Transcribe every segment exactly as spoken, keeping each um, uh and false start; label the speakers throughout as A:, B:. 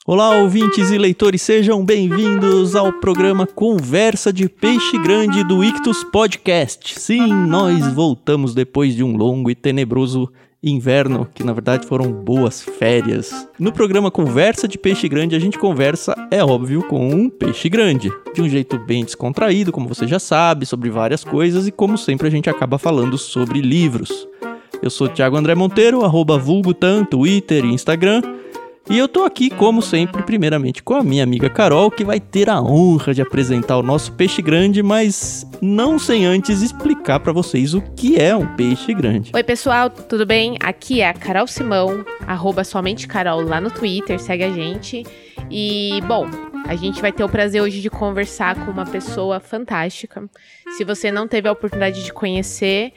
A: Olá, ouvintes e leitores, sejam bem-vindos ao programa Conversa de Peixe Grande do Ictus Podcast. Sim, nós voltamos depois de um longo e tenebroso inverno, que na verdade foram boas férias. No programa Conversa de Peixe Grande, a gente conversa, é óbvio, com um peixe grande. De um jeito bem descontraído, como você já sabe, sobre várias coisas e como sempre a gente acaba falando sobre livros. Eu sou o Thiago André Monteiro, arroba vulgutan, Twitter e Instagram. E eu tô aqui, como sempre, primeiramente com a minha amiga Carol, que vai ter a honra de apresentar o nosso peixe grande, mas não sem antes explicar pra vocês o que é um peixe grande.
B: Oi pessoal, tudo bem? Aqui é a Carol Simão, arroba somente Carol lá no Twitter, segue a gente. E, bom, a gente vai ter o prazer hoje de conversar com uma pessoa fantástica. Se você não teve a oportunidade de conhecer,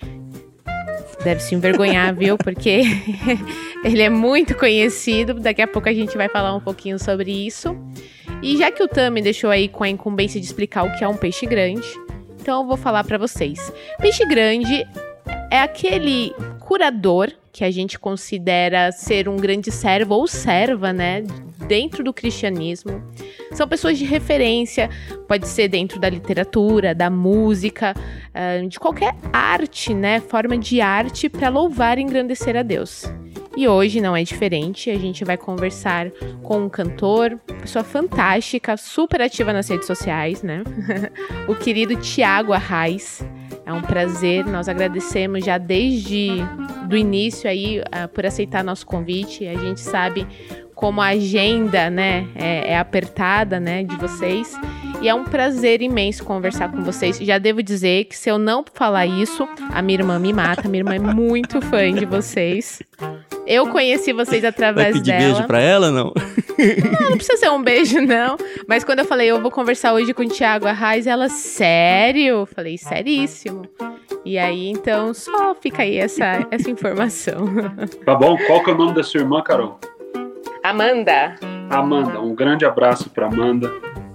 B: deve se envergonhar, viu? Porque ele é muito conhecido. Daqui a pouco a gente vai falar um pouquinho sobre isso. E já que o Tam me deixou aí com a incumbência de explicar o que é um peixe grande, então eu vou falar pra vocês. Peixe grande é aquele curador que a gente considera ser um grande servo ou serva, né? Dentro do cristianismo. São pessoas de referência, pode ser dentro da literatura, da música, de qualquer arte, né? Forma de arte para louvar e engrandecer a Deus. E hoje não é diferente, a gente vai conversar com um cantor, pessoa fantástica, super ativa nas redes sociais, né? O querido Thiago Arraes. É um prazer, nós agradecemos já desde do início aí uh, por aceitar nosso convite. A gente sabe como a agenda, né, é, é apertada, né, de vocês. E é um prazer imenso conversar com vocês. Já devo dizer que se eu não falar isso, a minha irmã me mata. A minha irmã é muito fã de vocês. Eu conheci vocês através
A: Vai pedir
B: dela.
A: Beijo pra ela, não?
B: Não, não precisa ser um beijo, não. Mas quando eu falei, eu vou conversar hoje com o Thiago Arraes, ela, sério? Falei, seríssimo. E aí, então, só fica aí essa, essa informação.
C: Tá bom, qual que é o nome da sua irmã, Carol?
B: Amanda.
C: Amanda, um grande abraço pra Amanda.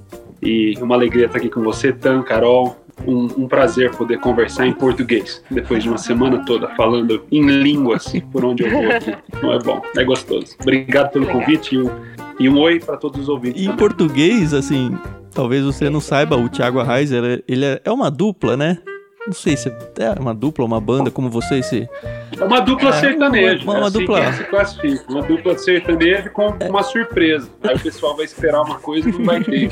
C: E uma alegria estar aqui com você, Tam, Carol. Um, um prazer poder conversar em português, depois de uma semana toda falando em línguas por onde eu vou aqui. Não é bom, é gostoso. Obrigado pelo Legal. convite e um, e um oi para todos os ouvintes.
A: E em
C: também.
A: português, assim, talvez você não saiba, o Thiago Arraes, ele, ele é, é uma dupla, né? Não sei se é uma dupla ou uma banda, como vocês se...
C: É uma dupla é, sertaneja.
A: Uma, uma, uma
C: assim
A: dupla...
C: que se classifica. Uma dupla sertaneja com é. uma surpresa. Aí o pessoal vai esperar uma coisa e não vai ter.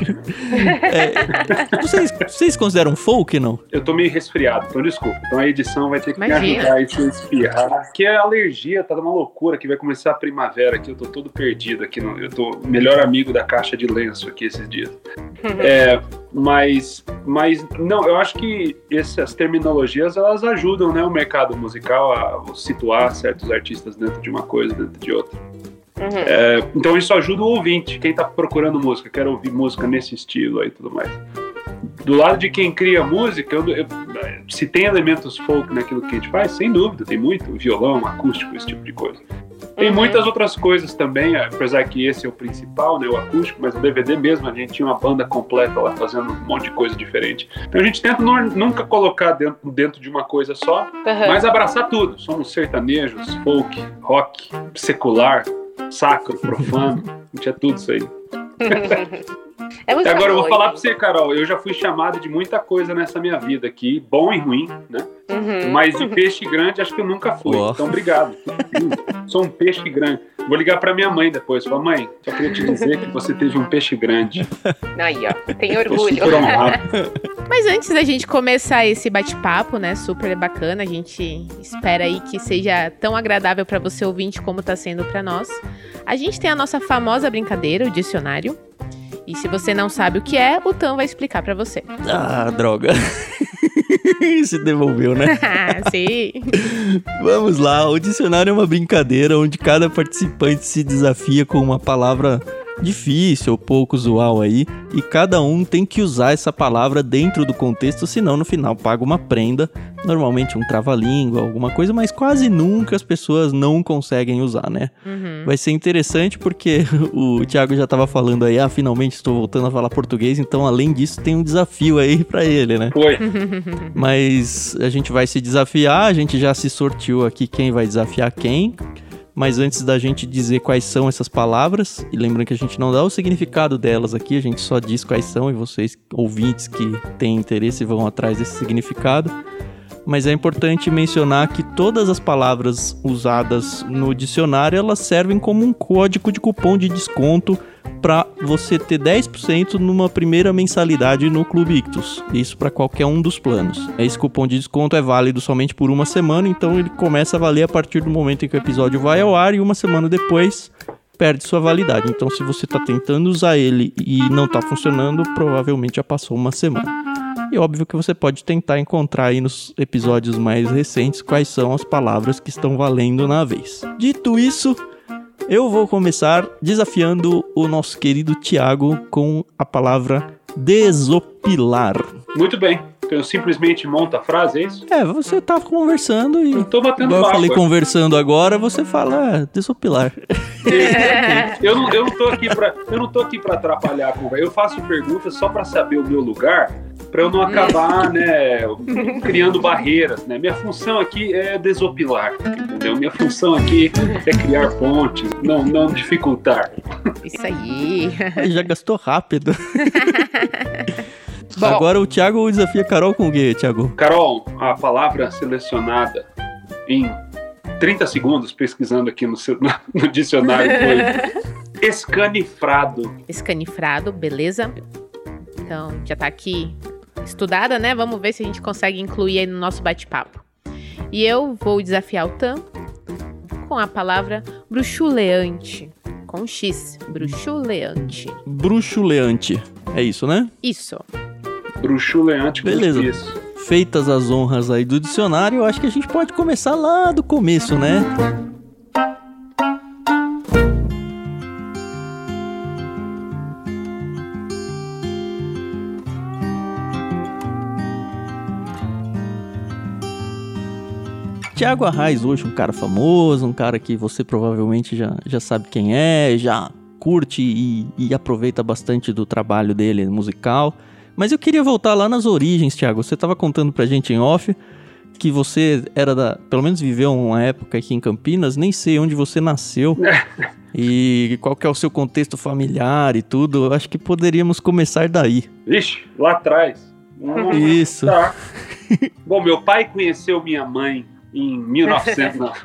A: É, vocês, vocês consideram folk, não?
C: Eu tô meio resfriado, então desculpa. Então a edição vai ter que
B: Imagina.
C: me ajudar aí se eu espirrar. Que é alergia, tá uma loucura, que vai começar a primavera aqui. Eu tô todo perdido aqui. No, eu tô melhor amigo da caixa de lenço aqui esses dias. É... Mas, mas, não, eu acho que essas terminologias, elas ajudam, né, o mercado musical a situar certos artistas dentro de uma coisa, dentro de outra. Uhum. É, então isso ajuda o ouvinte, quem tá procurando música, quer ouvir música nesse estilo aí e tudo mais. Do lado de quem cria música, eu, eu, se tem elementos folk naquilo que a gente faz, sem dúvida, tem muito, violão, acústico, esse tipo de coisa. Tem uhum. muitas outras coisas também, apesar que esse é o principal, né, o acústico, mas o D V D mesmo, a gente tinha uma banda completa lá fazendo um monte de coisa diferente. Então a gente tenta não, nunca colocar dentro, dentro de uma coisa só, uhum. mas abraçar tudo. Somos sertanejos, folk, rock, secular, sacro, profano, a gente é tudo isso aí.
B: É muito
C: Agora eu vou
B: hoje.
C: falar pra você, Carol, eu já fui chamado de muita coisa nessa minha vida aqui, bom e ruim, né? Uhum. Mas de peixe grande acho que eu nunca fui, oh. então obrigado. Sou um peixe grande. Vou ligar pra minha mãe depois, falar, mãe, só queria te dizer que você teve um peixe grande.
B: Aí, ó, tem orgulho. Mas antes da gente começar esse bate-papo, né, super bacana, a gente espera aí que seja tão agradável pra você ouvinte como tá sendo pra nós. A gente tem a nossa famosa brincadeira, o dicionário. E se você não sabe o que é, o Tam vai explicar pra você.
A: Ah, droga. Se devolveu, né?
B: Sim.
A: Vamos lá, o dicionário é uma brincadeira onde cada participante se desafia com uma palavra difícil ou pouco usual aí, e cada um tem que usar essa palavra dentro do contexto, senão no final paga uma prenda, normalmente um trava-língua, alguma coisa, mas quase nunca as pessoas não conseguem usar, né? Uhum. Vai ser interessante porque o Thiago já tava falando aí, ah, finalmente estou voltando a falar português, então além disso tem um desafio aí pra ele, né?
C: Foi.
A: Mas a gente vai se desafiar, a gente já se sorteou aqui quem vai desafiar quem. Mas antes da gente dizer quais são essas palavras, e lembrando que a gente não dá o significado delas aqui, a gente só diz quais são, e vocês, ouvintes que têm interesse, vão atrás desse significado. Mas é importante mencionar que todas as palavras usadas no dicionário, elas servem como um código de cupom de desconto para você ter dez por cento numa primeira mensalidade no Clube Ictus. Isso para qualquer um dos planos. Esse cupom de desconto é válido somente por uma semana, então ele começa a valer a partir do momento em que o episódio vai ao ar, e uma semana depois perde sua validade. Então, se você está tentando usar ele e não está funcionando, provavelmente já passou uma semana. E óbvio que você pode tentar encontrar aí nos episódios mais recentes quais são as palavras que estão valendo na vez. Dito isso, eu vou começar desafiando o nosso querido Thiago com a palavra desopilar.
C: Muito bem. Então eu simplesmente monto a frase, é isso?
A: É, você tá conversando e...
C: Eu tô batendo
A: igual
C: papo.
A: eu falei
C: é.
A: conversando agora, você fala, ah, desopilar.
C: Eu não, eu não tô aqui pra, eu não tô aqui pra atrapalhar a conversa. Eu faço perguntas só pra saber o meu lugar, pra eu não acabar, né, criando barreiras, né? Minha função aqui é desopilar, entendeu? Minha função aqui é criar pontes, não, não dificultar.
B: Isso aí.
A: Já gastou rápido.
B: Bom.
A: Agora o Thiago desafia a Carol com o quê, Thiago?
C: Carol, a palavra selecionada em trinta segundos, pesquisando aqui no, seu, no dicionário, foi escanifrado.
B: Escanifrado, beleza. Então, já tá aqui estudada, né? Vamos ver se a gente consegue incluir aí no nosso bate-papo. E eu vou desafiar o Tam com a palavra bruxuleante. Com X, bruxuleante.
A: Bruxuleante. É isso, né?
B: Isso.
C: Bruxuleante com
A: Beleza.
C: X.
A: Feitas as honras aí do dicionário, eu acho que a gente pode começar lá do começo, né? Thiago Arraes hoje, um cara famoso, um cara que você provavelmente já, já sabe quem é, já curte e, e aproveita bastante do trabalho dele musical. Mas eu queria voltar lá nas origens, Thiago. Você estava contando pra gente em off que você era da... Pelo menos viveu uma época aqui em Campinas, nem sei onde você nasceu e qual que é o seu contexto familiar e tudo. Acho que poderíamos começar daí.
C: Vixe, lá atrás. Hum,
A: Isso.
C: Tá. Bom, meu pai conheceu minha mãe em mil e novecentos, não.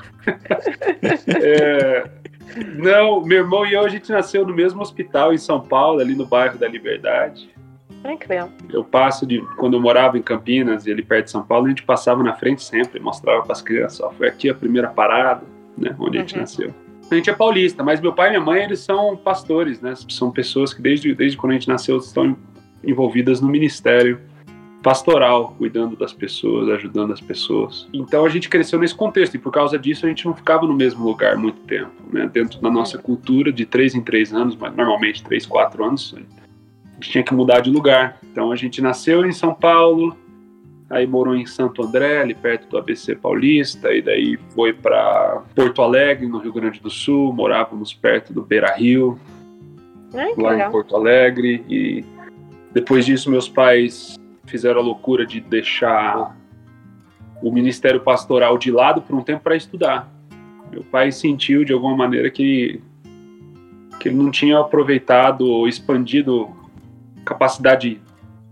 C: é, não, meu irmão e eu, a gente nasceu no mesmo hospital em São Paulo, ali no bairro da Liberdade.
B: Ai, que legal.
C: Eu passo de... Quando eu morava em Campinas e ali perto de São Paulo, a gente passava na frente sempre, mostrava para as crianças, ó, foi aqui a primeira parada, né, onde a gente
B: Uhum.
C: nasceu. A gente é paulista, mas meu pai e minha mãe, eles são pastores, né? São pessoas que desde, desde quando a gente nasceu estão envolvidas no ministério pastoral, cuidando das pessoas, ajudando as pessoas. Então a gente cresceu nesse contexto e por causa disso a gente não ficava no mesmo lugar muito tempo, né? Dentro da nossa cultura, de três em três anos, mas normalmente três, quatro anos, a gente tinha que mudar de lugar. Então a gente nasceu em São Paulo, aí morou em Santo André, ali perto do A B C Paulista, e daí foi para Porto Alegre, no Rio Grande do Sul, morávamos perto do Beira Rio,
B: Ai, que
C: lá
B: legal.
C: em Porto Alegre, e depois disso meus pais fizeram a loucura de deixar o ministério pastoral de lado por um tempo para estudar. Meu pai sentiu de alguma maneira que, que ele não tinha aproveitado ou expandido a capacidade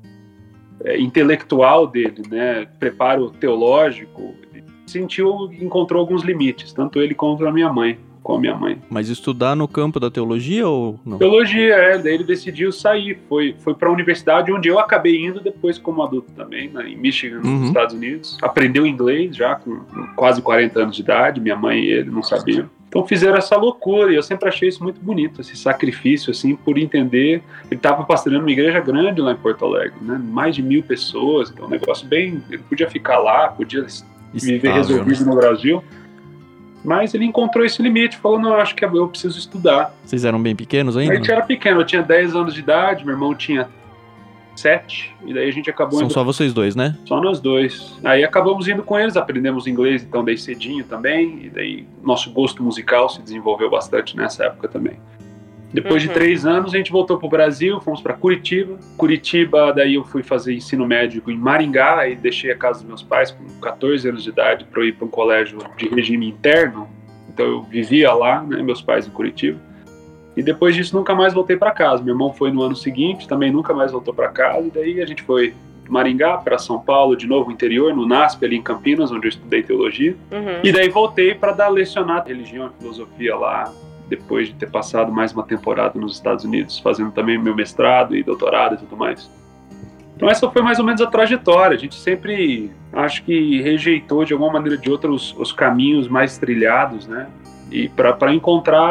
C: é, intelectual dele, né? Preparo teológico. Sentiu, encontrou alguns limites, tanto ele quanto a minha mãe. Com a minha mãe.
A: Mas estudar no campo da teologia ou não?
C: Teologia, é. Daí ele decidiu sair. Foi, foi para a universidade, onde eu acabei indo depois como adulto também, né, em Michigan,
A: Uhum.
C: nos Estados Unidos. Aprendeu inglês já com quase quarenta anos de idade. Minha mãe e ele não sabiam. Então fizeram essa loucura e eu sempre achei isso muito bonito, esse sacrifício, assim, por entender. Ele estava pastoreando uma igreja grande lá em Porto Alegre, né? Mais de mil pessoas. Então um negócio bem... Ele podia ficar lá, podia viver
A: Estável,
C: resolvido,
A: né?
C: no Brasil. Mas ele encontrou esse limite, falou, não, eu acho que eu preciso estudar.
A: Vocês eram bem pequenos ainda?
C: A gente era pequeno, eu tinha dez anos de idade, meu irmão tinha sete, e daí a gente acabou
A: São
C: indo
A: só vocês dois, né?
C: só nós dois. Aí acabamos indo com eles, aprendemos inglês, então daí cedinho também, e daí nosso gosto musical se desenvolveu bastante nessa época também. Depois
B: Uhum.
C: de três anos, a gente voltou pro Brasil, fomos para Curitiba. Curitiba, daí eu fui fazer ensino médio em Maringá, e deixei a casa dos meus pais com catorze anos de idade para eu ir para um colégio de regime interno. então eu vivia lá, né, meus pais em Curitiba. E depois disso nunca mais voltei para casa. Meu irmão foi no ano seguinte, também nunca mais voltou para casa. E daí a gente foi de Maringá para São Paulo, de novo interior, no NASP, ali em Campinas, onde eu estudei teologia. Uhum. E daí voltei para dar lecionar religião e filosofia lá, depois de ter passado mais uma temporada nos Estados Unidos, fazendo também meu mestrado e doutorado e tudo mais. Então essa foi mais ou menos a trajetória. A gente sempre, acho que rejeitou de alguma maneira ou de outra os, os caminhos mais trilhados, né? E para encontrar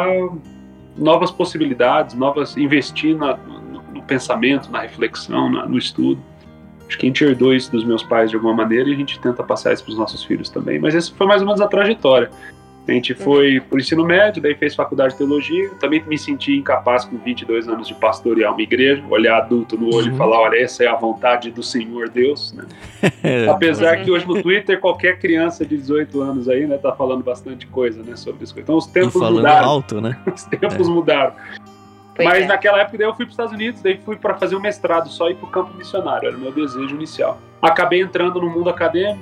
C: novas possibilidades, novas, investir na, no, no pensamento, na reflexão, na, no estudo. Acho que a gente herdou isso dos meus pais de alguma maneira e a gente tenta passar isso para os nossos filhos também. Mas essa foi mais ou menos a trajetória. A gente foi para o ensino médio, daí fez faculdade de teologia. Também me senti incapaz com vinte e dois anos de pastorear uma igreja, olhar adulto no olho uhum. e falar, olha, essa é a vontade do Senhor Deus, né? Apesar que hoje no Twitter qualquer criança de dezoito anos aí, né, tá falando bastante coisa, né, sobre isso. Então os tempos
A: e falando
C: mudaram.
A: Alto, né?
C: Os tempos é. mudaram. Pois Mas é. naquela época daí eu fui para os Estados Unidos, daí fui para fazer um mestrado, só ir para o campo missionário, era o meu desejo inicial. Acabei entrando no mundo acadêmico,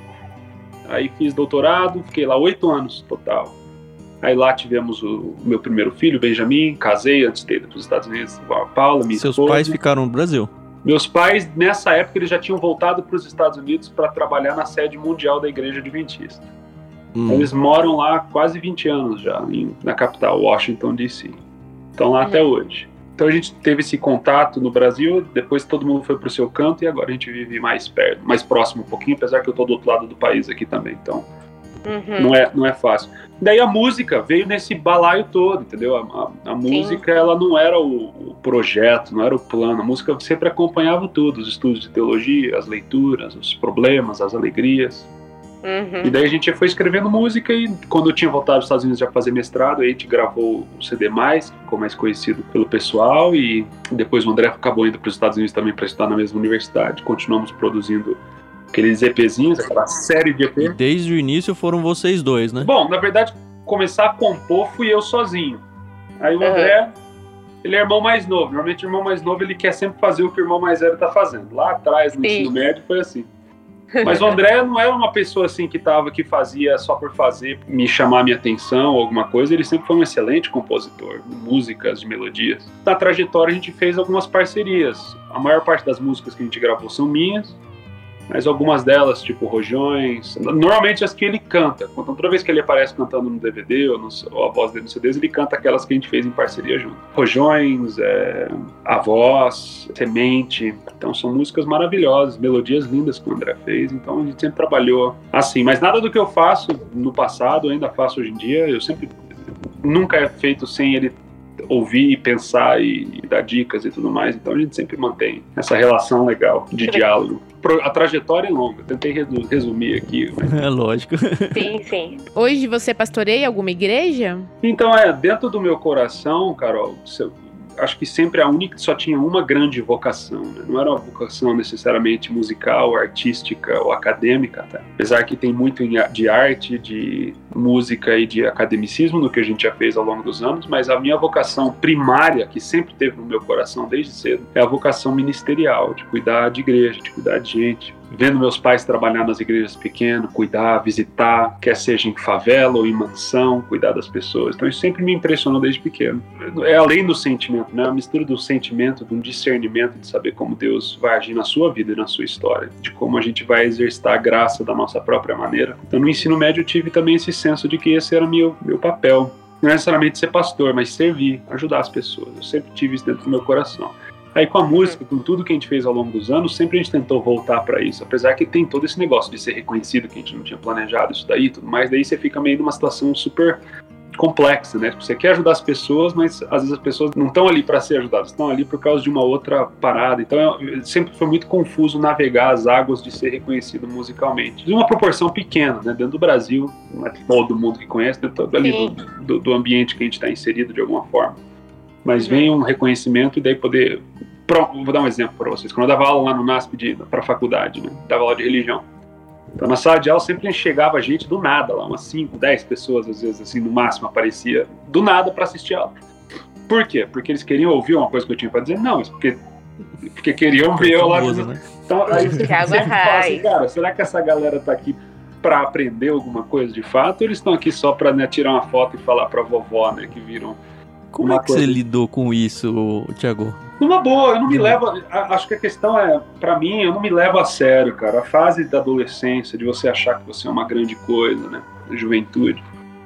C: aí fiz doutorado, fiquei lá oito anos total. Aí lá tivemos o meu primeiro filho, Benjamin, casei antes de ir para os Estados Unidos com a Paula, minha
A: Seus
C: esposa.
A: pais ficaram no Brasil?
C: Meus pais, nessa época, eles já tinham voltado para os Estados Unidos para trabalhar na sede mundial da Igreja Adventista. Hum. Eles moram lá há quase vinte anos já, em, na capital, Washington, D C Estão lá uhum. até hoje. Então a gente teve esse contato no Brasil, depois todo mundo foi para o seu canto e agora a gente vive mais perto, mais próximo um pouquinho, apesar que eu estou do outro lado do país aqui também, então uhum. não, é, não é fácil. Daí a música veio nesse balaio todo, entendeu? A, a, a música, ela não era o, o projeto, não era o plano, a música sempre acompanhava tudo, os estudos de teologia, as leituras, os problemas, as alegrias. Uhum. E daí a gente foi escrevendo música e quando eu tinha voltado aos Estados Unidos já fazer mestrado, aí a gente gravou o C D mais, que ficou mais conhecido pelo pessoal, e depois o André acabou indo para os Estados Unidos também para estudar na mesma universidade. Continuamos produzindo aqueles EPzinhos, aquela série de E P.
A: E desde o início foram vocês dois, né?
C: Bom, na verdade, começar a compor fui eu sozinho. Aí o André, uhum. ele é irmão mais novo. Normalmente o irmão mais novo ele quer sempre fazer o que o irmão mais velho está fazendo. Lá atrás, no Sim. ensino médio, foi assim. Mas o André não era uma pessoa assim que tava, que fazia só por fazer, me chamar minha atenção ou alguma coisa. Ele sempre foi um excelente compositor de músicas, de melodias. Na trajetória a gente fez algumas parcerias. A maior parte das músicas que a gente gravou são minhas, mas algumas delas, tipo Rojões, normalmente as que ele canta. Então, toda vez que ele aparece cantando no D V D ou, no, ou a voz dele no C Ds, ele canta aquelas que a gente fez em parceria junto. Rojões, é, A Voz, Semente. Então são músicas maravilhosas, melodias lindas que o André fez. Então a gente sempre trabalhou assim. Mas nada do que eu faço no passado, eu ainda faço hoje em dia, eu sempre, nunca é feito sem ele ouvir e pensar e, e dar dicas e tudo mais. Então a gente sempre mantém essa relação legal de diálogo. A trajetória é longa, tentei resumir aqui. Mas...
A: É lógico.
B: Sim, sim. Hoje você pastoreia alguma igreja?
C: Então, é, dentro do meu coração, Carol, acho que sempre a única, só tinha uma grande vocação, né? Não era uma vocação necessariamente musical, artística ou acadêmica, tá? Apesar que tem muito de arte, de música e de academicismo no que a gente já fez ao longo dos anos, mas a minha vocação primária, que sempre teve no meu coração desde cedo, é a vocação ministerial, de cuidar de igreja, de cuidar de gente. Vendo meus pais trabalhar nas igrejas pequenas, cuidar, visitar, quer seja em favela ou em mansão, cuidar das pessoas. Então isso sempre me impressionou desde pequeno. É além do sentimento, né? A mistura do sentimento, de um discernimento de saber como Deus vai agir na sua vida e na sua história, de como a gente vai exercitar a graça da nossa própria maneira. Então no ensino médio eu tive também esse senso de que esse era meu, meu papel. Não necessariamente ser pastor, mas servir, ajudar as pessoas. Eu sempre tive isso dentro do meu coração. Aí com a música, com tudo que a gente fez ao longo dos anos, sempre a gente tentou voltar para isso, apesar que tem todo esse negócio de ser reconhecido, que a gente não tinha planejado isso daí e tudo mais, daí você fica meio numa situação super complexa, né? Você quer ajudar as pessoas, mas às vezes as pessoas não estão ali para ser ajudadas, estão ali por causa de uma outra parada. Então eu, sempre foi muito confuso navegar as águas de ser reconhecido musicalmente. De uma proporção pequena, né? Dentro do Brasil, não é todo mundo que conhece, dentro ali do, do, do ambiente que a gente está inserido de alguma forma. Mas vem um reconhecimento e daí poder... Pronto, vou dar um exemplo para vocês. Quando eu dava aula lá no NASP para a faculdade, né? Dava aula de religião. Então na sala de aula sempre chegava gente do nada lá, umas cinco, dez pessoas às vezes, assim, no máximo aparecia do nada para assistir a aula. Por quê? Porque eles queriam ouvir uma coisa que eu tinha para dizer? Não, isso porque, porque queriam ver eu lá. Né? Então aí você sempre fala assim, cara, será que essa galera tá aqui para aprender alguma coisa de fato, ou eles estão aqui só para, né, tirar uma foto e falar para a vovó, né, que viram.
A: Como é que coisa... você lidou com isso, Thiago?
C: Numa boa, eu não me levo, acho que a questão é, para mim, eu não me levo a sério, cara, a fase da adolescência, de você achar que você é uma grande coisa, né, juventude,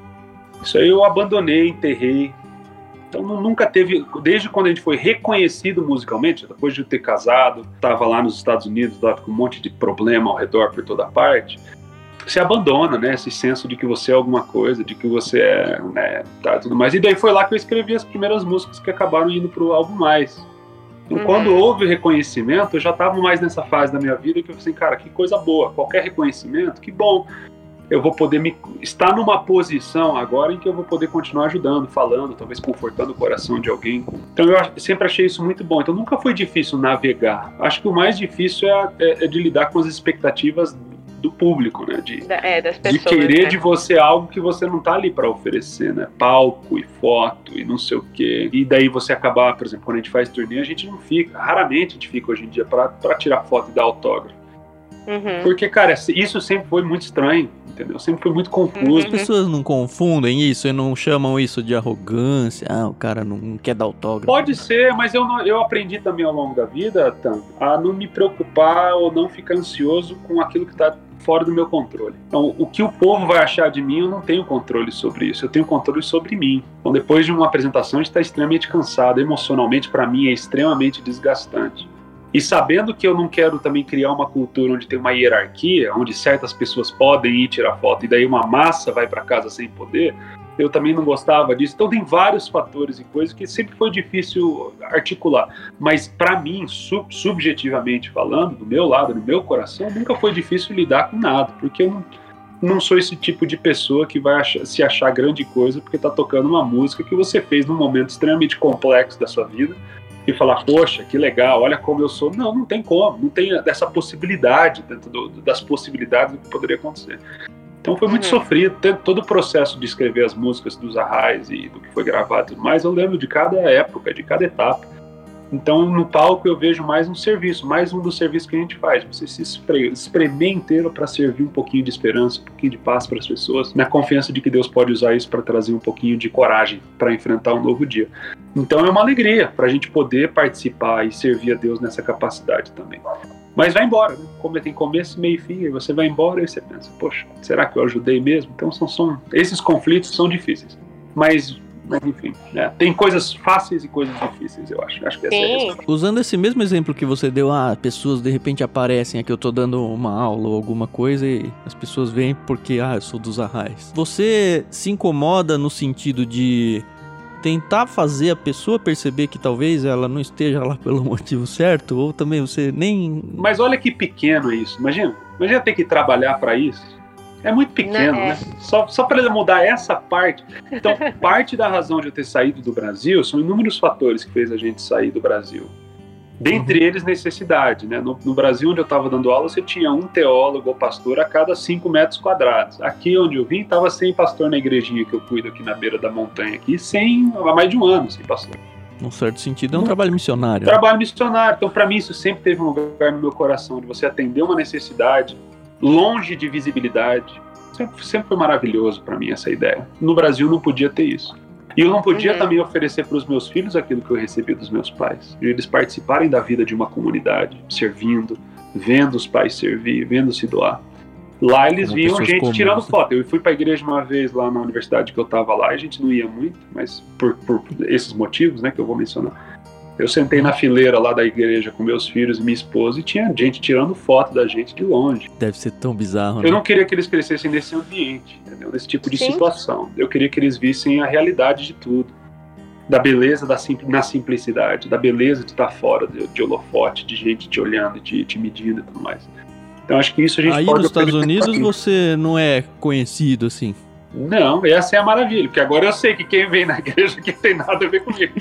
C: isso aí eu abandonei, enterrei. Então nunca teve, desde quando a gente foi reconhecido musicalmente, depois de eu ter casado, estava lá nos Estados Unidos, lá com um monte de problema ao redor por toda parte, você abandona, né, esse senso de que você é alguma coisa, de que você é, né, tá, tudo mais. E daí foi lá que eu escrevi as primeiras músicas que acabaram indo pro Algo Mais. Então, uhum. Quando houve reconhecimento, eu já estava mais nessa fase da minha vida que eu falei assim, cara, que coisa boa, qualquer reconhecimento, que bom. Eu vou poder me, estar numa posição agora em que eu vou poder continuar ajudando, falando, talvez confortando o coração de alguém. Então eu sempre achei isso muito bom. Então nunca foi difícil navegar. Acho que o mais difícil é, é, é de lidar com as expectativas do público, né? De,
B: é, das pessoas,
C: de querer
B: né?
C: de você algo que você não tá ali para oferecer, né? Palco e foto e não sei o quê. E daí você acabar, por exemplo, quando a gente faz turnê, a gente não fica, raramente a gente fica hoje em dia para tirar foto e dar autógrafo. Uhum. Porque, cara, isso sempre foi muito estranho, entendeu? Sempre foi muito confuso.
A: As pessoas não confundem isso e não chamam isso de arrogância. Ah, o cara não quer dar autógrafo.
C: Pode ser, mas eu, não, eu aprendi também ao longo da vida, Tam, a não me preocupar ou não ficar ansioso com aquilo que tá fora do meu controle. Então, o que o povo vai achar de mim, eu não tenho controle sobre isso. Eu tenho controle sobre mim. Então, depois de uma apresentação, a gente está extremamente cansado. Emocionalmente, para mim, é extremamente desgastante. E sabendo que eu não quero também criar uma cultura onde tem uma hierarquia, onde certas pessoas podem ir tirar foto e daí uma massa vai para casa sem poder, eu também não gostava disso. Então tem vários fatores e coisas que sempre foi difícil articular. Mas para mim, sub- subjetivamente falando, do meu lado, do meu coração, nunca foi difícil lidar com nada, porque eu não, não sou esse tipo de pessoa que vai achar, se achar grande coisa porque tá tocando uma música que você fez num momento extremamente complexo da sua vida, e falar, poxa, que legal, olha como eu sou. Não, não tem como, não tem essa possibilidade dentro do, das possibilidades do que poderia acontecer. Então foi muito uhum. sofrido, todo o processo de escrever as músicas dos Arrais e do que foi gravado e tudo mais, eu lembro de cada época, de cada etapa. Então no palco eu vejo mais um serviço, mais um dos serviços que a gente faz, você se espre- espremer inteiro para servir um pouquinho de esperança, um pouquinho de paz para as pessoas, na confiança de que Deus pode usar isso para trazer um pouquinho de coragem para enfrentar um novo dia. Então é uma alegria para a gente poder participar e servir a Deus nessa capacidade também. Mas vai embora, né? Como tem começo, meio e fim, você vai embora e você pensa, poxa, será que eu ajudei mesmo? Então são, são, esses conflitos são difíceis, mas... Mas enfim, né? Tem coisas fáceis e coisas difíceis, eu acho. Acho que essa é a resposta.
A: Usando esse mesmo exemplo que você deu, ah, pessoas de repente aparecem aqui, eu tô dando uma aula ou alguma coisa e as pessoas vêm porque, ah, eu sou dos Arrais. Você se incomoda no sentido de tentar fazer a pessoa perceber que talvez ela não esteja lá pelo motivo certo, ou também você nem...
C: Mas olha que pequeno é isso, imagina. Imagina ter que trabalhar para isso. É muito pequeno, é. né? Só, só para mudar essa parte. Então, parte da razão de eu ter saído do Brasil são inúmeros fatores que fez a gente sair do Brasil. Dentre uhum. eles, necessidade, né? No, no Brasil, onde eu estava dando aula, você tinha um teólogo ou pastor a cada cinco metros quadrados. Aqui onde eu vim, estava sem pastor na igrejinha que eu cuido aqui na beira da montanha, aqui, sem, há mais de um ano sem pastor.
A: Num certo sentido, é um, um trabalho missionário.
C: Trabalho missionário. Então, para mim, isso sempre teve um lugar no meu coração, de você atender uma necessidade, longe de visibilidade. Sempre, sempre foi maravilhoso para mim essa ideia. No Brasil não podia ter isso. E eu não podia uhum. também oferecer para os meus filhos aquilo que eu recebi dos meus pais. De eles participarem da vida de uma comunidade, servindo, vendo os pais servir, vendo se doar. Lá eles Como viam gente comuns, tirando foto. Eu fui para a igreja uma vez lá na universidade que eu estava lá, e a gente não ia muito, mas por, por esses motivos, né, que eu vou mencionar. Eu sentei na fileira lá da igreja com meus filhos e minha esposa e tinha gente tirando foto da gente de longe.
A: Deve ser tão bizarro, né?
C: Eu não queria que eles crescessem nesse ambiente, entendeu? Nesse tipo de Sim. situação. Eu queria que eles vissem a realidade de tudo. Da beleza da sim, na simplicidade, da beleza de estar fora de, de holofote, de gente te olhando, te, te medindo e tudo mais. Então acho que isso a gente
A: Aí
C: pode...
A: Aí nos Estados Unidos você não é conhecido assim?
C: Não, essa é a maravilha, porque agora eu sei que quem vem na igreja que tem nada a ver comigo.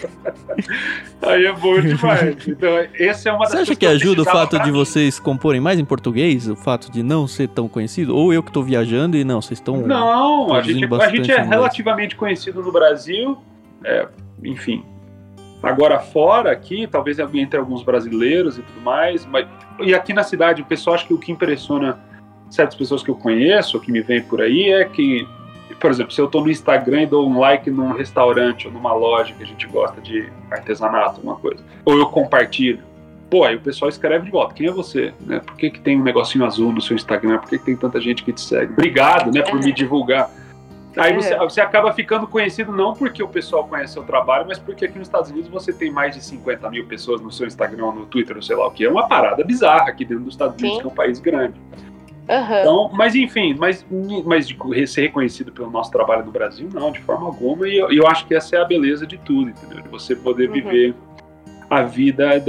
C: Aí é bom demais. Então, esse é uma das
A: Você acha que ajuda o fato de mim. vocês comporem mais em português? O fato de não ser tão conhecido? Ou eu que estou viajando e não, vocês estão...
C: Não, a gente, a gente é relativamente conhecido no Brasil, é, enfim. Agora fora aqui, talvez entre alguns brasileiros e tudo mais, mas, e aqui na cidade o pessoal acha que o que impressiona certas pessoas que eu conheço, ou que me veem por aí, é que, por exemplo, se eu tô no Instagram e dou um like num restaurante ou numa loja que a gente gosta de artesanato, alguma coisa, ou eu compartilho, pô, aí o pessoal escreve de volta, quem é você? Né? Por que, que tem um negocinho azul no seu Instagram? Por que, que tem tanta gente que te segue? Obrigado, né, por uhum. me divulgar. Aí você, você acaba ficando conhecido não porque o pessoal conhece seu trabalho, mas porque aqui nos Estados Unidos você tem mais de cinquenta mil pessoas no seu Instagram, no Twitter, ou sei lá o que. É uma parada bizarra aqui dentro dos Estados Unidos, Sim. que é um país grande. Uhum. Então, mas enfim, mas, mas de ser reconhecido pelo nosso trabalho no Brasil, não, de forma alguma. E eu, eu acho que essa é a beleza de tudo, entendeu? De você poder uhum. viver a vida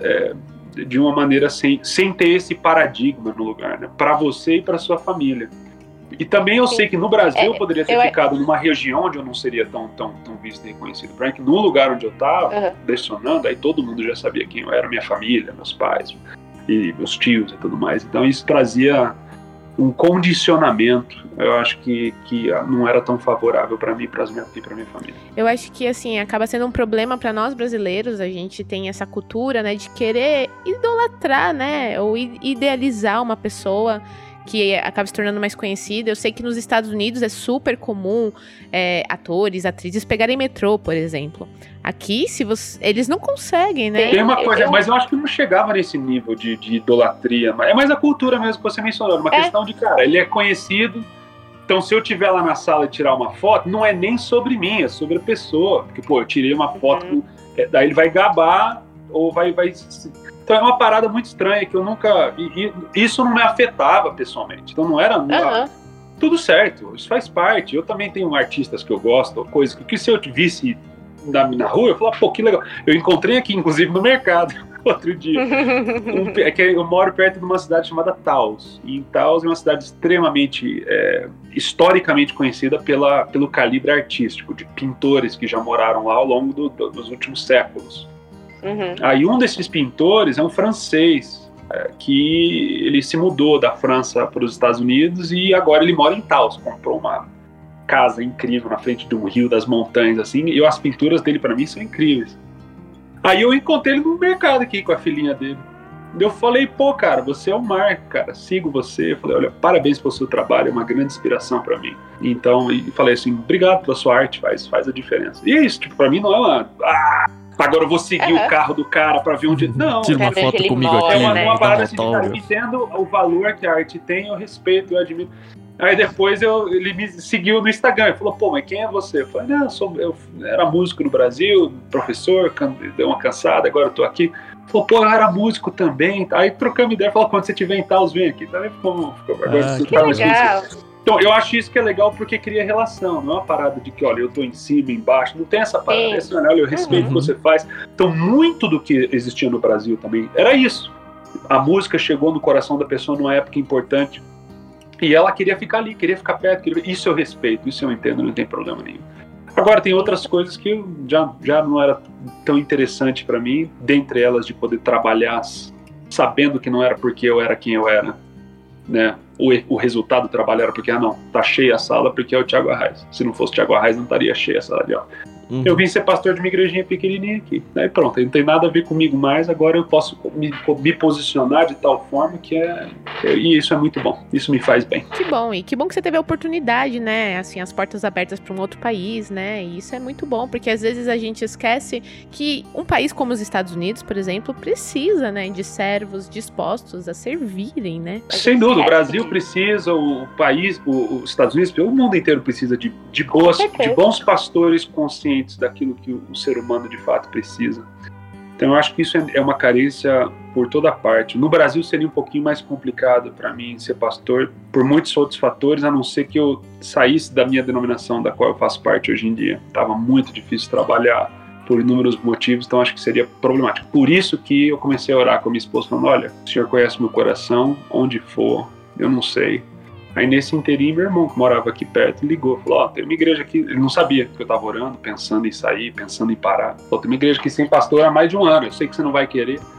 C: de, de uma maneira sem, sem ter esse paradigma no lugar, né? Para você e para sua família. E também eu Sim. sei que no Brasil é, eu poderia ter eu ficado é... numa região onde eu não seria tão, tão, tão visto e reconhecido. Porque no lugar onde eu estava, uhum. lecionando, aí todo mundo já sabia quem eu era, minha família, meus pais e meus tios e tudo mais. Então isso trazia um condicionamento, eu acho que, que não era tão favorável para mim e para minha família.
B: Eu acho que, assim, acaba sendo um problema para nós brasileiros, a gente tem essa cultura, né, de querer idolatrar, né, ou idealizar uma pessoa que acaba se tornando mais conhecida. Eu sei que nos Estados Unidos é super comum é, atores, atrizes pegarem metrô, por exemplo. Aqui, se você, eles não conseguem, né?
C: Tem uma coisa, eu... mas eu acho que não chegava nesse nível de, de idolatria. É mais a cultura mesmo que você mencionou. Uma é. questão de, cara, ele é conhecido, então se eu estiver lá na sala e tirar uma foto, não é nem sobre mim, é sobre a pessoa. Porque, pô, eu tirei uma foto, uhum. com, daí ele vai gabar ou vai... vai Então é uma parada muito estranha que eu nunca... E, e isso não me afetava pessoalmente. Então não era... Uhum. Tudo certo, isso faz parte. Eu também tenho artistas que eu gosto, coisas que, que se eu te visse na, na rua, eu falava, pô, que legal. Eu encontrei aqui, inclusive, no mercado, outro dia. um, é que eu moro perto de uma cidade chamada Taos. E em Taos é uma cidade extremamente, é, historicamente conhecida pela, pelo calibre artístico, de pintores que já moraram lá ao longo do, do, dos últimos séculos. Uhum. Aí um desses pintores é um francês, é, que ele se mudou da França para os Estados Unidos e agora ele mora em Taos, comprou uma casa incrível na frente de um rio, das montanhas, assim, e as pinturas dele para mim são incríveis. Aí eu encontrei ele no mercado aqui com a filhinha dele. Eu falei, pô, cara, você é o Mark, cara, sigo você. Eu falei, olha, parabéns pelo seu trabalho, é uma grande inspiração para mim. Então, e falei assim, obrigado pela sua arte, faz, faz a diferença. E é isso, tipo, para mim não é uma... Ah, agora eu vou seguir uhum. o carro do cara pra ver onde... Não.
A: Tira uma foto comigo
C: mora,
A: aqui.
C: É uma, uma parada assim, cara, me entendo o valor que a arte tem, eu respeito, eu admiro. Aí depois eu, ele me seguiu no Instagram, ele falou, pô, mas quem é você? Eu falei, não, eu, sou, eu era músico no Brasil, professor, deu uma cansada, agora eu tô aqui. Ele falou, pô, eu era músico também. Aí trocamos ideia, falou, quando você tiver em Taos, vem aqui. Também ficou, ficou agora
A: ah,
C: você
A: que
C: tá
B: legal.
C: Então, eu acho isso que é legal porque cria relação, não é uma parada de que, olha, eu tô em cima, embaixo, não tem essa parada, é assim, olha, eu respeito uhum. o que você faz. Então, muito do que existia no Brasil também era isso. A música chegou no coração da pessoa numa época importante e ela queria ficar ali, queria ficar perto, queria... isso eu respeito, isso eu entendo, não tem problema nenhum. Agora, tem outras coisas que já, já não era tão interessante para mim, dentre elas de poder trabalhar sabendo que não era porque eu era quem eu era, né? O, o resultado do trabalho era porque, ah não, tá cheia a sala porque é o Thiago Arraes. Se não fosse o Thiago Arraes, não estaria cheia a sala de aula. Uhum. Eu vim ser pastor de uma igrejinha pequenininha aqui. Aí pronto, não tem nada a ver comigo mais, agora eu posso me, me posicionar de tal forma que é... E isso é muito bom, isso me faz bem.
B: Que bom, e que bom que você teve a oportunidade, né, assim, as portas abertas para um outro país, né, e isso é muito bom, porque às vezes a gente esquece que um país como os Estados Unidos, por exemplo, precisa, né, de servos dispostos a servirem, né.
C: Sem dúvida, o Brasil precisa, o país, o, os Estados Unidos, o mundo inteiro precisa de, de, boas, de bons pastores conscientes daquilo que o ser humano de fato precisa. Então eu acho que isso é uma carência por toda parte. No Brasil seria um pouquinho mais complicado para mim ser pastor, por muitos outros fatores, a não ser que eu saísse da minha denominação, da qual eu faço parte hoje em dia. Estava muito difícil trabalhar por inúmeros motivos, então acho que seria problemático. Por isso que eu comecei a orar com a minha esposa, falando, olha, o Senhor conhece meu coração, onde for, eu não sei. Aí nesse inteirinho, meu irmão, que morava aqui perto, ligou, falou, ó, oh, tem uma igreja aqui, ele não sabia que eu tava orando, pensando em sair, pensando em parar. Falou, tem uma igreja aqui sem pastor há mais de um ano, eu sei que você não vai querer.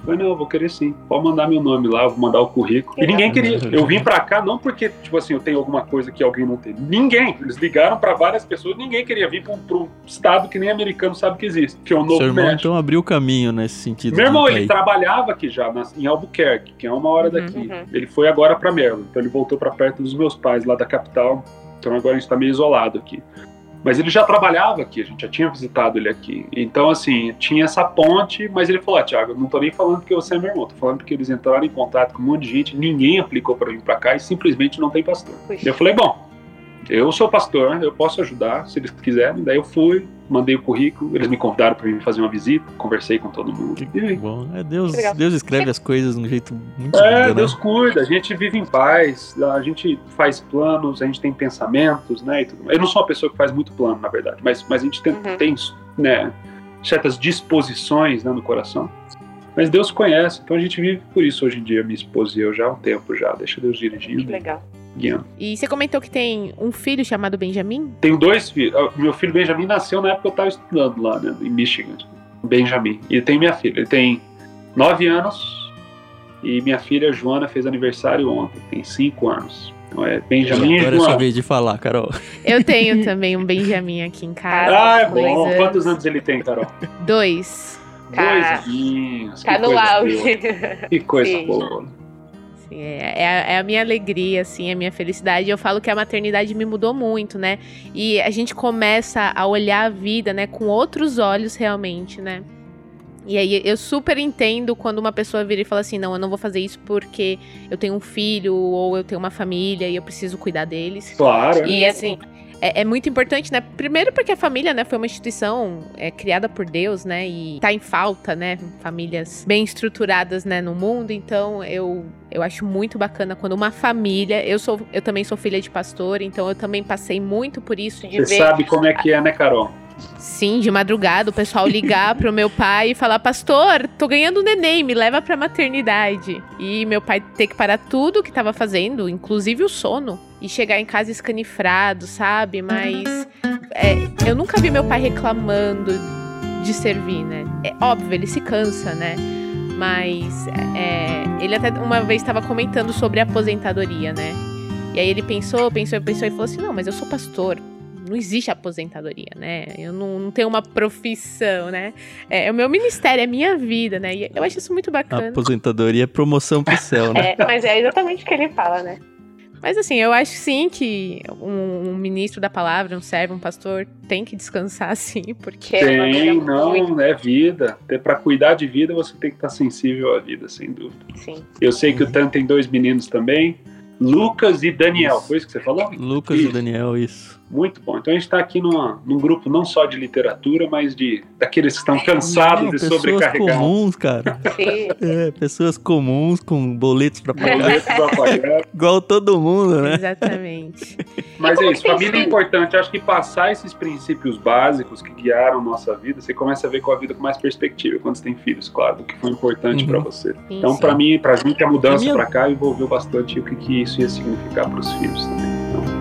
C: Eu falei, não, eu vou querer sim. Pode mandar meu nome lá, eu vou mandar o currículo. E ninguém queria. Eu vim pra cá não porque, tipo assim, eu tenho alguma coisa que alguém não tem. Ninguém. Eles ligaram pra várias pessoas, ninguém queria vir pra um, pra um estado que nem americano sabe que existe, que é o Novo
A: Seu irmão,
C: México.
A: então, abriu o caminho nesse sentido.
C: Meu irmão, ele trabalhava aqui já, nas, em Albuquerque, que é uma hora daqui. Uhum. Ele foi agora pra Maryland, então ele voltou pra perto dos meus pais, lá da capital. Então agora a gente tá meio isolado aqui. Mas ele já trabalhava aqui, a gente já tinha visitado ele aqui. Então, assim, tinha essa ponte, mas ele falou, ah, Thiago, eu não tô nem falando porque você é meu irmão, tô falando porque eles entraram em contato com um monte de gente, ninguém aplicou pra vir pra cá e simplesmente não tem pastor. Puxa. Eu falei, bom, eu sou pastor, eu posso ajudar, se eles quiserem. Daí eu fui, mandei o currículo, eles me convidaram para vir fazer uma visita, conversei com todo mundo.
A: Que bom, é Deus, Deus escreve as coisas de um jeito muito
C: É,
A: lindo,
C: Deus
A: né?
C: cuida, a gente vive em paz, a gente faz planos, a gente tem pensamentos, né, e tudo. Eu não sou uma pessoa que faz muito plano, na verdade, mas, mas a gente tem, uhum. tem né, certas disposições, né, no coração. Mas Deus conhece, então a gente vive por isso hoje em dia, minha esposa e eu, já há um tempo já, deixa Deus dirigir.
B: Que legal.
C: Guiando.
B: E você comentou que tem um filho chamado Benjamin?
C: Tenho dois filhos. Meu filho Benjamin nasceu na época que eu estava estudando lá, né, em Michigan. Benjamin. E tem minha filha. Ele tem nove anos e minha filha Joana fez aniversário ontem. Tem cinco anos. Então é Benjamin e Joana.
A: Agora é sua vez de falar, Carol.
B: Eu tenho também um Benjamin aqui em casa.
C: Ah, é bom. Anos. Quantos anos ele tem, Carol?
B: Dois.
C: Dois aninhos.
B: Tá no auge.
C: Que coisa
B: Sim.
C: boa.
B: É, é, a, é a minha alegria, assim, a minha felicidade. Eu falo que a maternidade me mudou muito, né? E a gente começa a olhar a vida, né, com outros olhos realmente, né? E aí eu super entendo quando uma pessoa vira e fala assim, não, eu não vou fazer isso porque eu tenho um filho ou eu tenho uma família e eu preciso cuidar deles.
C: Claro.
B: E assim... É, é muito importante, né? Primeiro porque a família, né, foi uma instituição é, criada por Deus, né? E tá em falta, né? Famílias bem estruturadas, né, no mundo. Então, eu, eu acho muito bacana quando uma família... Eu, sou, eu também sou filha de pastor, então eu também passei muito por isso de
C: Você
B: ver...
C: Você sabe como é que é, né, Carol?
B: Sim, de madrugada, o pessoal ligar pro meu pai e falar, pastor, tô ganhando neném, me leva pra maternidade. E meu pai ter que parar tudo o que tava fazendo, inclusive o sono, e chegar em casa escanifrado, sabe? Mas é, eu nunca vi meu pai reclamando de servir, né? É óbvio, ele se cansa, né? Mas é, ele até uma vez estava comentando sobre a aposentadoria, né? E aí ele pensou, pensou, pensou e falou assim, não, mas eu sou pastor. Não existe aposentadoria, né? Eu não, não tenho uma profissão, né? É, é o meu ministério, é a minha vida, né? E eu acho isso muito bacana.
A: A aposentadoria é promoção pro céu, né?
B: É, mas é exatamente o que ele fala, né? Mas assim, eu acho sim que um, um ministro da palavra, um servo, um pastor, tem que descansar sim, porque...
C: Tem,
B: é
C: não,
B: muito...
C: é vida. Para cuidar de vida, você tem que estar sensível à vida, sem dúvida.
B: Sim.
C: Eu sei que o Tan tem dois meninos também, Lucas e Daniel, foi isso que você falou?
A: Lucas
C: isso.
A: e Daniel, isso.
C: Muito bom. Então a gente está aqui numa, num grupo não só de literatura, mas de daqueles que estão cansados
A: não,
C: de sobrecarregar.
A: Pessoas comuns, cara.
B: Sim.
A: É, pessoas comuns com boletos pra pagar.
C: Boletos pra pagar.
A: Igual todo mundo, né?
B: Exatamente.
C: Mas é isso, família é importante. Eu acho que passar esses princípios básicos que guiaram nossa vida, você começa a ver com a vida com mais perspectiva quando você tem filhos, claro, do que foi importante
A: uhum.
C: para você.
B: Sim,
C: então,
B: sim.
C: para mim, pra gente, a mudança
A: minha...
C: para cá envolveu bastante o que, que isso ia significar para os filhos também. Então...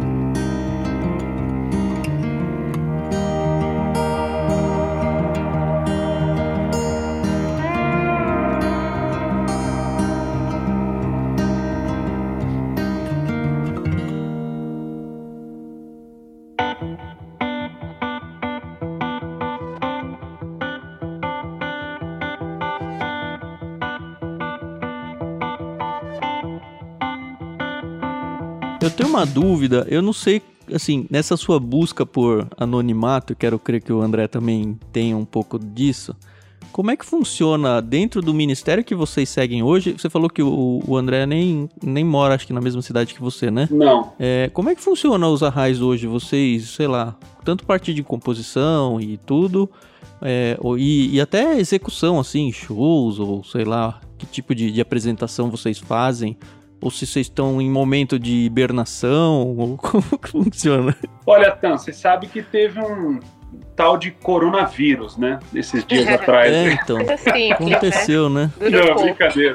A: Eu tenho uma dúvida, eu não sei, assim, nessa sua busca por anonimato, eu quero crer que o André também tenha um pouco disso, como é que funciona dentro do ministério que vocês seguem hoje? Você falou que o, o André nem, nem mora, acho que na mesma cidade que você, né?
C: Não.
A: É, como é que funciona os arrais hoje? Vocês, sei lá, tanto parte de composição e tudo, é, e, e até execução, assim, shows, ou sei lá, que tipo de, de apresentação vocês fazem? Ou se vocês estão em momento de hibernação, ou como que funciona?
C: Olha, Tan, você sabe que teve um tal de coronavírus, né? Esses dias atrás.
A: É, então,
B: Simples,
A: aconteceu, né?
B: né?
C: Não, brincadeira.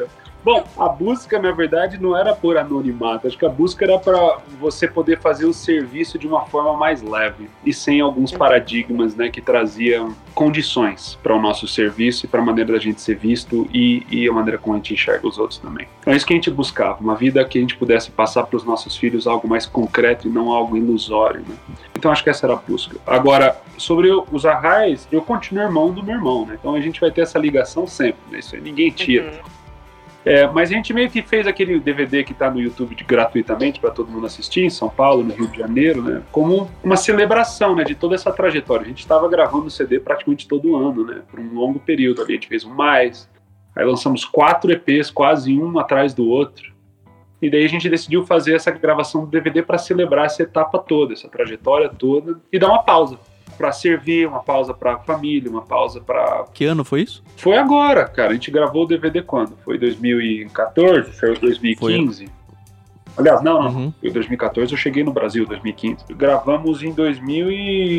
C: Bom, a busca, na verdade, não era por anonimato. Acho que a busca era para você poder fazer o serviço de uma forma mais leve e sem alguns paradigmas, né, que traziam condições para o nosso serviço e para a maneira da gente ser visto e, e a maneira como a gente enxerga os outros também. Então é isso que a gente buscava, uma vida que a gente pudesse passar para os nossos filhos algo mais concreto e não algo ilusório, né? Então acho que essa era a busca. Agora, sobre os Arraiz, eu continuo irmão do meu irmão, né? Então a gente vai ter essa ligação sempre, né? Isso aí ninguém tira. Uhum. É, mas a gente meio que fez aquele D V D que está no YouTube de, gratuitamente para todo mundo assistir, em São Paulo, no Rio de Janeiro, né? Como uma celebração, né, de toda essa trajetória. A gente estava gravando o C D praticamente todo ano, né? Por um longo período ali. A gente fez um mais, aí lançamos quatro E Pês, quase um atrás do outro. E daí a gente decidiu fazer essa gravação do D V D para celebrar essa etapa toda, essa trajetória toda, e dar uma pausa. Para servir, uma pausa para família, uma pausa para...
A: Que ano foi isso?
C: Foi agora, cara. A gente gravou o D V D quando? Foi dois mil e quatorze? Foi dois mil e quinze? Foi. Aliás, não, não. Uhum. Foi dois mil e quatorze, eu cheguei no Brasil, dois mil e quinze. Gravamos em dois mil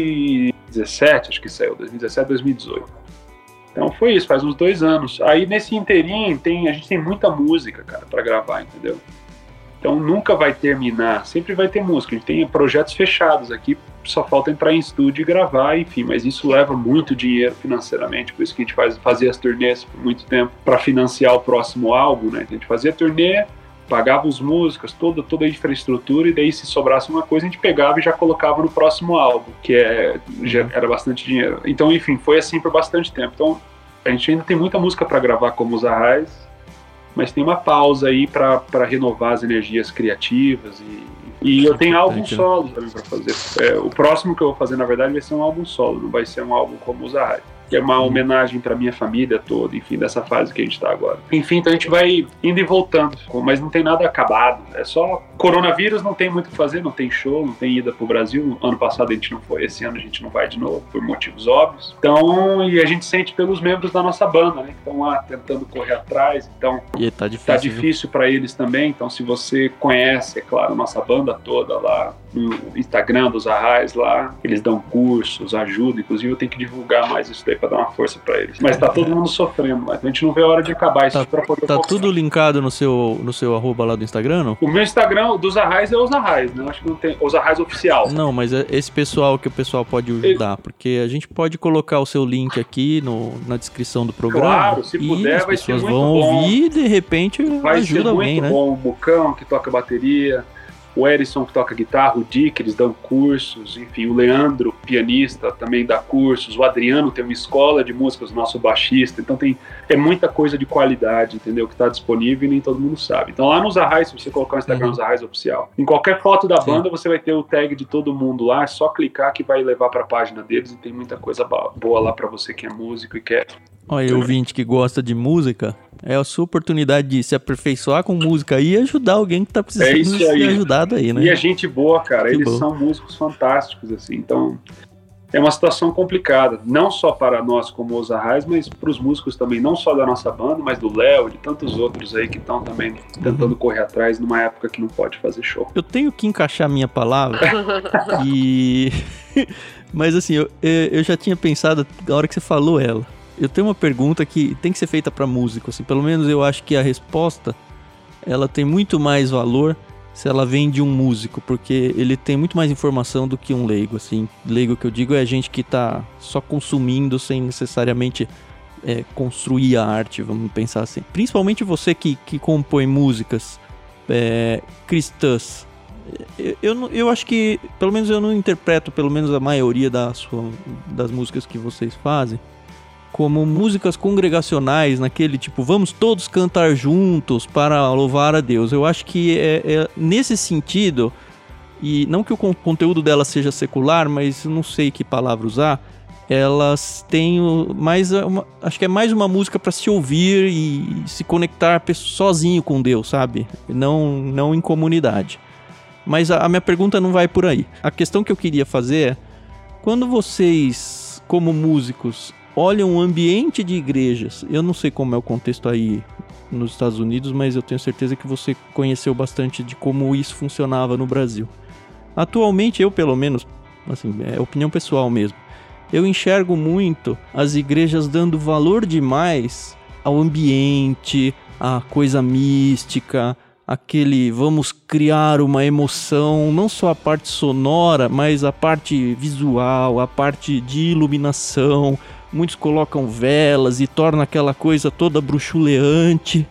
C: e dezessete, acho que saiu, dois mil e dezessete, dois mil e dezoito. Então foi isso, faz uns dois anos. Aí nesse interim, tem, a gente tem muita música, cara, para gravar, entendeu? Então nunca vai terminar, sempre vai ter música. A gente tem projetos fechados aqui, só falta entrar em estúdio e gravar, enfim, mas isso leva muito dinheiro financeiramente, por isso que a gente faz, fazia as turnês por muito tempo para financiar o próximo álbum, né? A gente fazia turnê, pagava os músicos, toda, toda a infraestrutura, e daí se sobrasse uma coisa a gente pegava e já colocava no próximo álbum, que é, já era bastante dinheiro. Então, enfim, foi assim por bastante tempo. Então a gente ainda tem muita música para gravar como os Arraiz, mas tem uma pausa aí para renovar as energias criativas e E eu tenho álbum solo também pra fazer. É, o próximo que eu vou fazer, na verdade, vai ser um álbum solo, não vai ser um álbum como os Arraiz. Que é uma homenagem pra minha família toda, enfim, dessa fase que a gente tá agora. Enfim, então a gente vai indo e voltando, mas não tem nada acabado. É só coronavírus, não tem muito o que fazer, não tem show, não tem ida pro Brasil. Ano passado a gente não foi, esse ano a gente não vai de novo, por motivos óbvios. Então, e a gente sente pelos membros da nossa banda, né, que estão lá tentando correr atrás. Então,
A: e tá difícil,
C: tá difícil pra eles também. Então, se você conhece, é claro, a nossa banda toda lá, no Instagram dos Arraiz lá, eles dão cursos, ajudam, inclusive eu tenho que divulgar mais isso daí pra dar uma força pra eles. Mas tá todo mundo sofrendo, mas a gente não vê a hora de acabar isso
A: tá,
C: pra poder
A: Tá
C: focar.
A: Tudo linkado no seu, no seu arroba lá do Instagram, não?
C: O meu Instagram dos Arraiz é os Arraiz, né? Acho que não tem os Arraiz oficial.
A: Não, mas é esse pessoal que o pessoal pode ajudar, Ele... porque a gente pode colocar o seu link aqui no, na descrição do programa.
C: Claro, se puder, vai ser muito bom. As pessoas vão ouvir
A: e de repente vai ajuda alguém, né?
C: Vai ser muito bom. O Bucão, que toca bateria, o Erison, que toca guitarra, o Dick, eles dão cursos, enfim, o Leandro, pianista, também dá cursos, o Adriano tem uma escola de músicas, nosso baixista, então tem, é muita coisa de qualidade, entendeu, que está disponível e nem todo mundo sabe. Então lá nos Arraiz, se você colocar o Instagram dos Arraiz oficial, em qualquer foto da banda, Sim. você vai ter o tag de todo mundo lá, é só clicar que vai levar para a página deles e tem muita coisa boa lá para você que é músico e quer.
A: Olha, ouvinte que gosta de música, é a sua oportunidade de se aperfeiçoar com música e ajudar alguém que tá precisando
C: é
A: ser ajudado aí, né?
C: E a gente boa, cara, que eles bom. São músicos fantásticos, assim, então é uma situação complicada, não só para nós como os Arraiz, mas para os músicos também, não só da nossa banda, mas do Léo, de tantos outros aí que estão também tentando uhum. correr atrás numa época que não pode fazer show.
A: Eu tenho que encaixar minha palavra e... mas assim, eu, eu já tinha pensado na hora que você falou ela. Eu tenho uma pergunta que tem que ser feita para músico, assim, pelo menos eu acho que a resposta ela tem muito mais valor se ela vem de um músico, porque ele tem muito mais informação do que um leigo, assim. Leigo que eu digo é a gente que tá só consumindo sem necessariamente é, construir a arte, vamos pensar assim. Principalmente você que, que compõe músicas é, cristãs. Eu, eu, eu acho que, pelo menos eu não interpreto, pelo menos a maioria da sua, das músicas que vocês fazem, como músicas congregacionais, naquele tipo, vamos todos cantar juntos para louvar a Deus. Eu acho que é, é nesse sentido, e não que o conteúdo dela seja secular, mas não sei que palavra usar, elas têm mais, uma, acho que é mais uma música para se ouvir e se conectar sozinho com Deus, sabe? Não, não em comunidade. Mas a, a minha pergunta não vai por aí. A questão que eu queria fazer é, quando vocês, como músicos, olham o ambiente de igrejas, eu não sei como é o contexto aí nos Estados Unidos, mas eu tenho certeza que você conheceu bastante de como isso funcionava no Brasil. Atualmente, eu pelo menos, assim, é opinião pessoal mesmo, eu enxergo muito as igrejas dando valor demais ao ambiente, a coisa mística, aquele vamos criar uma emoção, não só a parte sonora, mas a parte visual, a parte de iluminação. Muitos colocam velas e torna aquela coisa toda bruxuleante.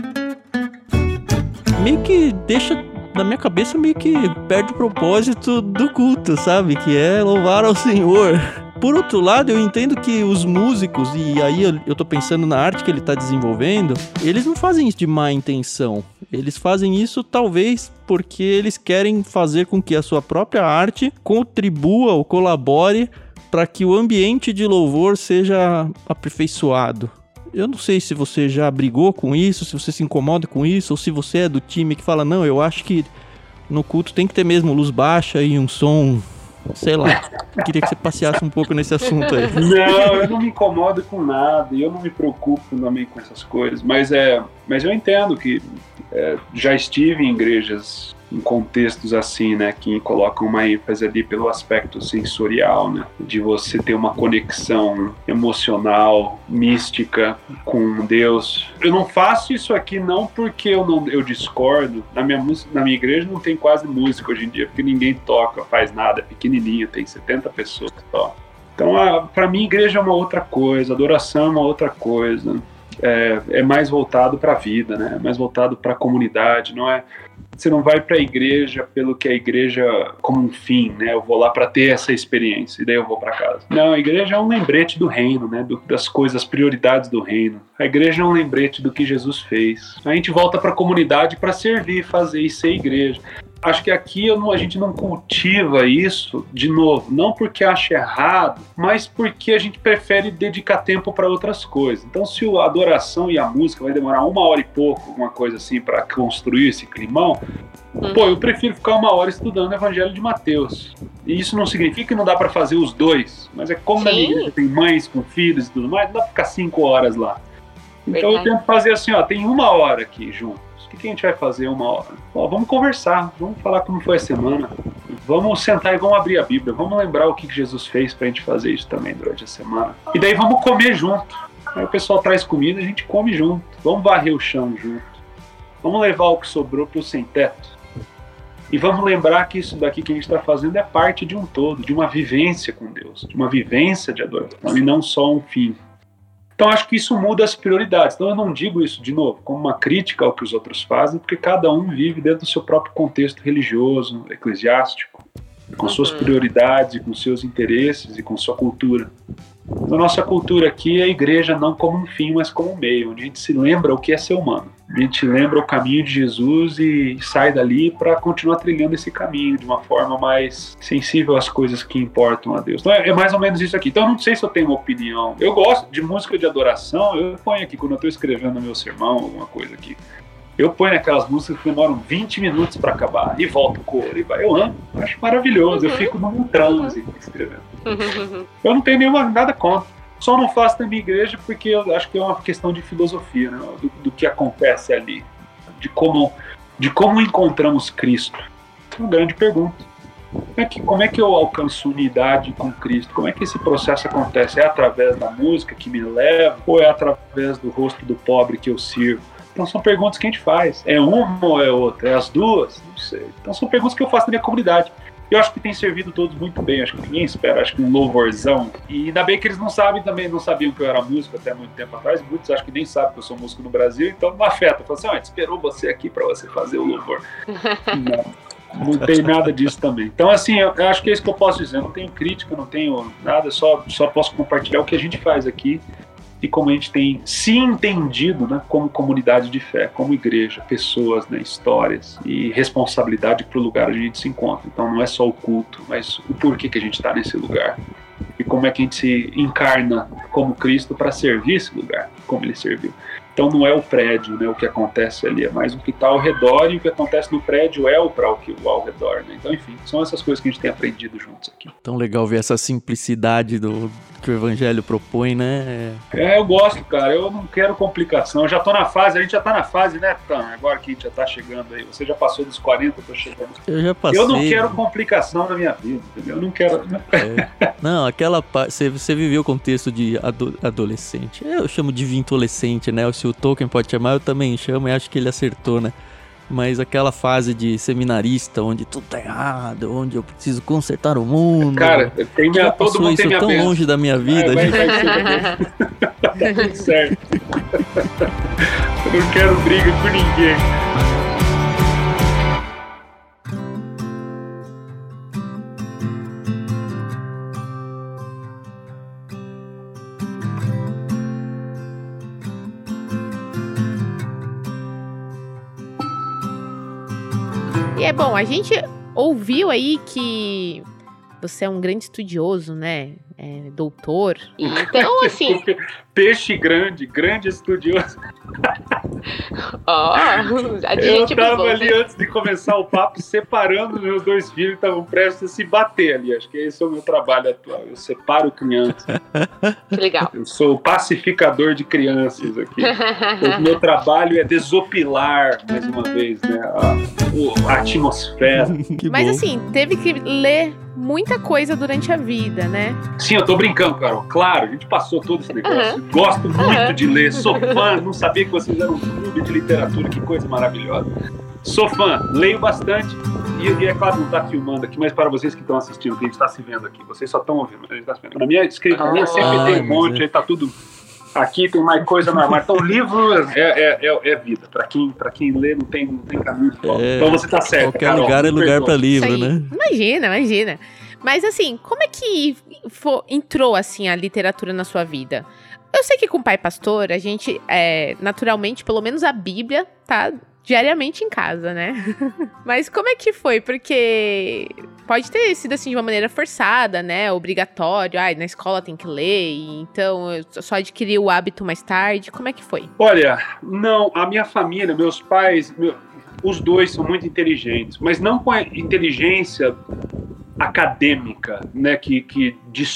A: Meio que deixa, na minha cabeça, meio que perde o propósito do culto, sabe? Que é louvar ao Senhor. Por outro lado, eu entendo que os músicos, e aí eu, eu tô pensando na arte que ele tá desenvolvendo, eles não fazem isso de má intenção. Eles fazem isso, talvez, porque eles querem fazer com que a sua própria arte contribua ou colabore para que o ambiente de louvor seja aperfeiçoado. Eu não sei se você já brigou com isso, se você se incomoda com isso, ou se você é do time que fala, não, eu acho que no culto tem que ter mesmo luz baixa e um som... Sei lá, queria que você passeasse um pouco nesse assunto aí.
C: Não, eu não me incomodo com nada e eu não me preocupo também com essas coisas, mas, é, mas eu entendo que é, já estive em igrejas em contextos assim, né, que colocam uma ênfase ali pelo aspecto sensorial, né, de você ter uma conexão emocional, mística com Deus. Eu não faço isso aqui não porque eu, não, eu discordo. Na minha, na minha igreja não tem quase música hoje em dia, porque ninguém toca, faz nada, é pequenininho, tem setenta pessoas só. Então, para mim, igreja é uma outra coisa, adoração é uma outra coisa. É, é mais voltado para a vida, né? É mais voltado para a comunidade, não é... Você não vai para a igreja pelo que a igreja como um fim, né? Eu vou lá para ter essa experiência e daí eu vou para casa. Não, a igreja é um lembrete do reino, né? Do, das coisas, das prioridades do reino. A igreja é um lembrete do que Jesus fez. A gente volta para a comunidade para servir, fazer e ser igreja. Acho que aqui eu não, a gente não cultiva isso, de novo, não porque acha errado, mas porque a gente prefere dedicar tempo para outras coisas. Então, se a adoração e a música vai demorar uma hora e pouco, alguma coisa assim, para construir esse climão, uhum. pô, eu prefiro ficar uma hora estudando o Evangelho de Mateus. E isso não significa que não dá para fazer os dois, mas é como Sim. na minha igreja tem mães com filhos e tudo mais, não dá para ficar cinco horas lá. Então Verdade. Eu tento fazer assim, ó, tem uma hora aqui junto. O que a gente vai fazer uma hora? Ó, vamos conversar, vamos falar como foi a semana, vamos sentar e vamos abrir a Bíblia, vamos lembrar o que Jesus fez pra gente fazer isso também durante a semana. E daí vamos comer junto. Aí o pessoal traz comida, a gente come junto. Vamos varrer o chão junto. Vamos levar o que sobrou pro sem-teto. E vamos lembrar que isso daqui que a gente está fazendo é parte de um todo, de uma vivência com Deus, de uma vivência de adoração e não só um fim. Então, acho que isso muda as prioridades. Então, eu não digo isso, de novo, como uma crítica ao que os outros fazem, porque cada um vive dentro do seu próprio contexto religioso, eclesiástico, com suas prioridades, com seus interesses e com sua cultura. Então, nossa cultura aqui é a igreja não como um fim, mas como um meio, onde a gente se lembra o que é ser humano. A gente lembra o caminho de Jesus e sai dali para continuar trilhando esse caminho de uma forma mais sensível às coisas que importam a Deus. Então, é mais ou menos isso aqui. Então, eu não sei se eu tenho uma opinião. Eu gosto de música de adoração, eu ponho aqui, quando eu estou escrevendo meu sermão, alguma coisa aqui, eu ponho aquelas músicas que demoram vinte minutos para acabar, e volta o coro, e vai. Eu amo, eu acho maravilhoso, uhum. eu fico num transe uhum. escrevendo. Uhum. Eu não tenho nenhuma, nada contra. Só não faço na minha igreja porque eu acho que é uma questão de filosofia, né? do, do que acontece ali, de como, de como encontramos Cristo. É uma grande pergunta. Como é, que, como é que eu alcanço unidade com Cristo? Como é que esse processo acontece? É através da música que me leva ou é através do rosto do pobre que eu sirvo? Então são perguntas que a gente faz. É uma ou é outra? É as duas? Não sei. Então são perguntas que eu faço na minha comunidade. Eu acho que tem servido todos muito bem. Acho que ninguém espera. Acho que um louvorzão. E ainda bem que eles não sabem também, não sabiam que eu era músico até muito tempo atrás. Muitos acho que nem sabem que eu sou músico no Brasil. Então não afeta. Fala assim, ó, a gente esperou você aqui para você fazer o louvor. Não, não tem nada disso também. Então assim, eu acho que é isso que eu posso dizer. Eu não tenho crítica, não tenho nada. Só, só posso compartilhar o que a gente faz aqui. E como a gente tem se entendido, né, como comunidade de fé, como igreja, pessoas, né, histórias e responsabilidade para o lugar onde a gente se encontra. Então não é só o culto, mas o porquê que a gente está nesse lugar. E como é que a gente se encarna como Cristo para servir esse lugar, como ele serviu. Então não é o prédio, né, o que acontece ali, é mais o que está ao redor, e o que acontece no prédio é o para o que o ao redor. Né? Então, enfim, são essas coisas que a gente tem aprendido juntos aqui.
A: Tão legal ver essa simplicidade do que o Evangelho propõe, né?
C: É, eu gosto, cara, eu não quero complicação, eu já tô na fase, a gente já tá na fase, né, Tan? Agora que a gente já tá chegando aí, você já passou dos quarenta, eu tô chegando.
A: Eu já passei.
C: Eu não quero complicação na minha vida, entendeu? Eu não quero...
A: É. Não, aquela parte, você, você viveu o contexto de ado- adolescente, eu chamo de adolescente, né? Se o Tolkien pode chamar, eu também chamo e acho que ele acertou, né? Mas aquela fase de seminarista, onde tudo tá errado, onde eu preciso consertar o mundo.
C: Cara, tem minha,
A: já
C: todo mundo
A: isso
C: tem minha
A: tão
C: benção.
A: longe da minha vida.
C: É, vai,
A: gente.
C: vai ser tá tudo certo. Eu não quero briga com ninguém.
B: E é bom, a gente ouviu aí que você é um grande estudioso, né? É, doutor. Então, assim...
C: Peixe grande, grande estudioso.
B: Ó, oh,
C: eu tava ali né? antes de começar o papo, separando meus dois filhos que estavam prestes a se bater ali. Acho que esse é o meu trabalho atual. Eu separo crianças.
B: Que legal.
C: Eu sou o pacificador de crianças aqui. O meu trabalho é desopilar, mais uma vez, né? A, a atmosfera.
B: Mas assim, teve que ler muita coisa durante a vida, né?
C: Sim, eu tô brincando, Carol. Claro, a gente passou todo esse negócio. Uhum. Gosto muito uhum. de ler, sou fã, não sabia que vocês eram um clube de literatura, que coisa maravilhosa. Sou fã, leio bastante e, e é claro, não tá filmando aqui, mas para vocês que estão assistindo, que a gente tá se vendo aqui, vocês só estão ouvindo, a gente tá se vendo. Na minha escrivaninha ah, sempre ah, tem um monte, é. aí tá tudo... Aqui tem mais coisa no armário. Então, o livro é, é, é, é vida. Pra quem, pra quem lê, não tem, não tem caminho de volta. É, então você tá certo.
A: Qualquer
C: Carol,
A: lugar é lugar pra livro, né?
B: Imagina, imagina. Mas assim, como é que for, entrou assim a literatura na sua vida? Eu sei que com o pai pastor, a gente, é, naturalmente, pelo menos a Bíblia tá diariamente em casa, né? Mas como é que foi? Porque pode ter sido assim de uma maneira forçada, né? Obrigatório. Ai, na escola tem que ler, e então eu só adquiri o hábito mais tarde. Como é que foi?
C: Olha, não, a minha família, meus pais, meu, os dois são muito inteligentes, mas não com a inteligência acadêmica, né, que, que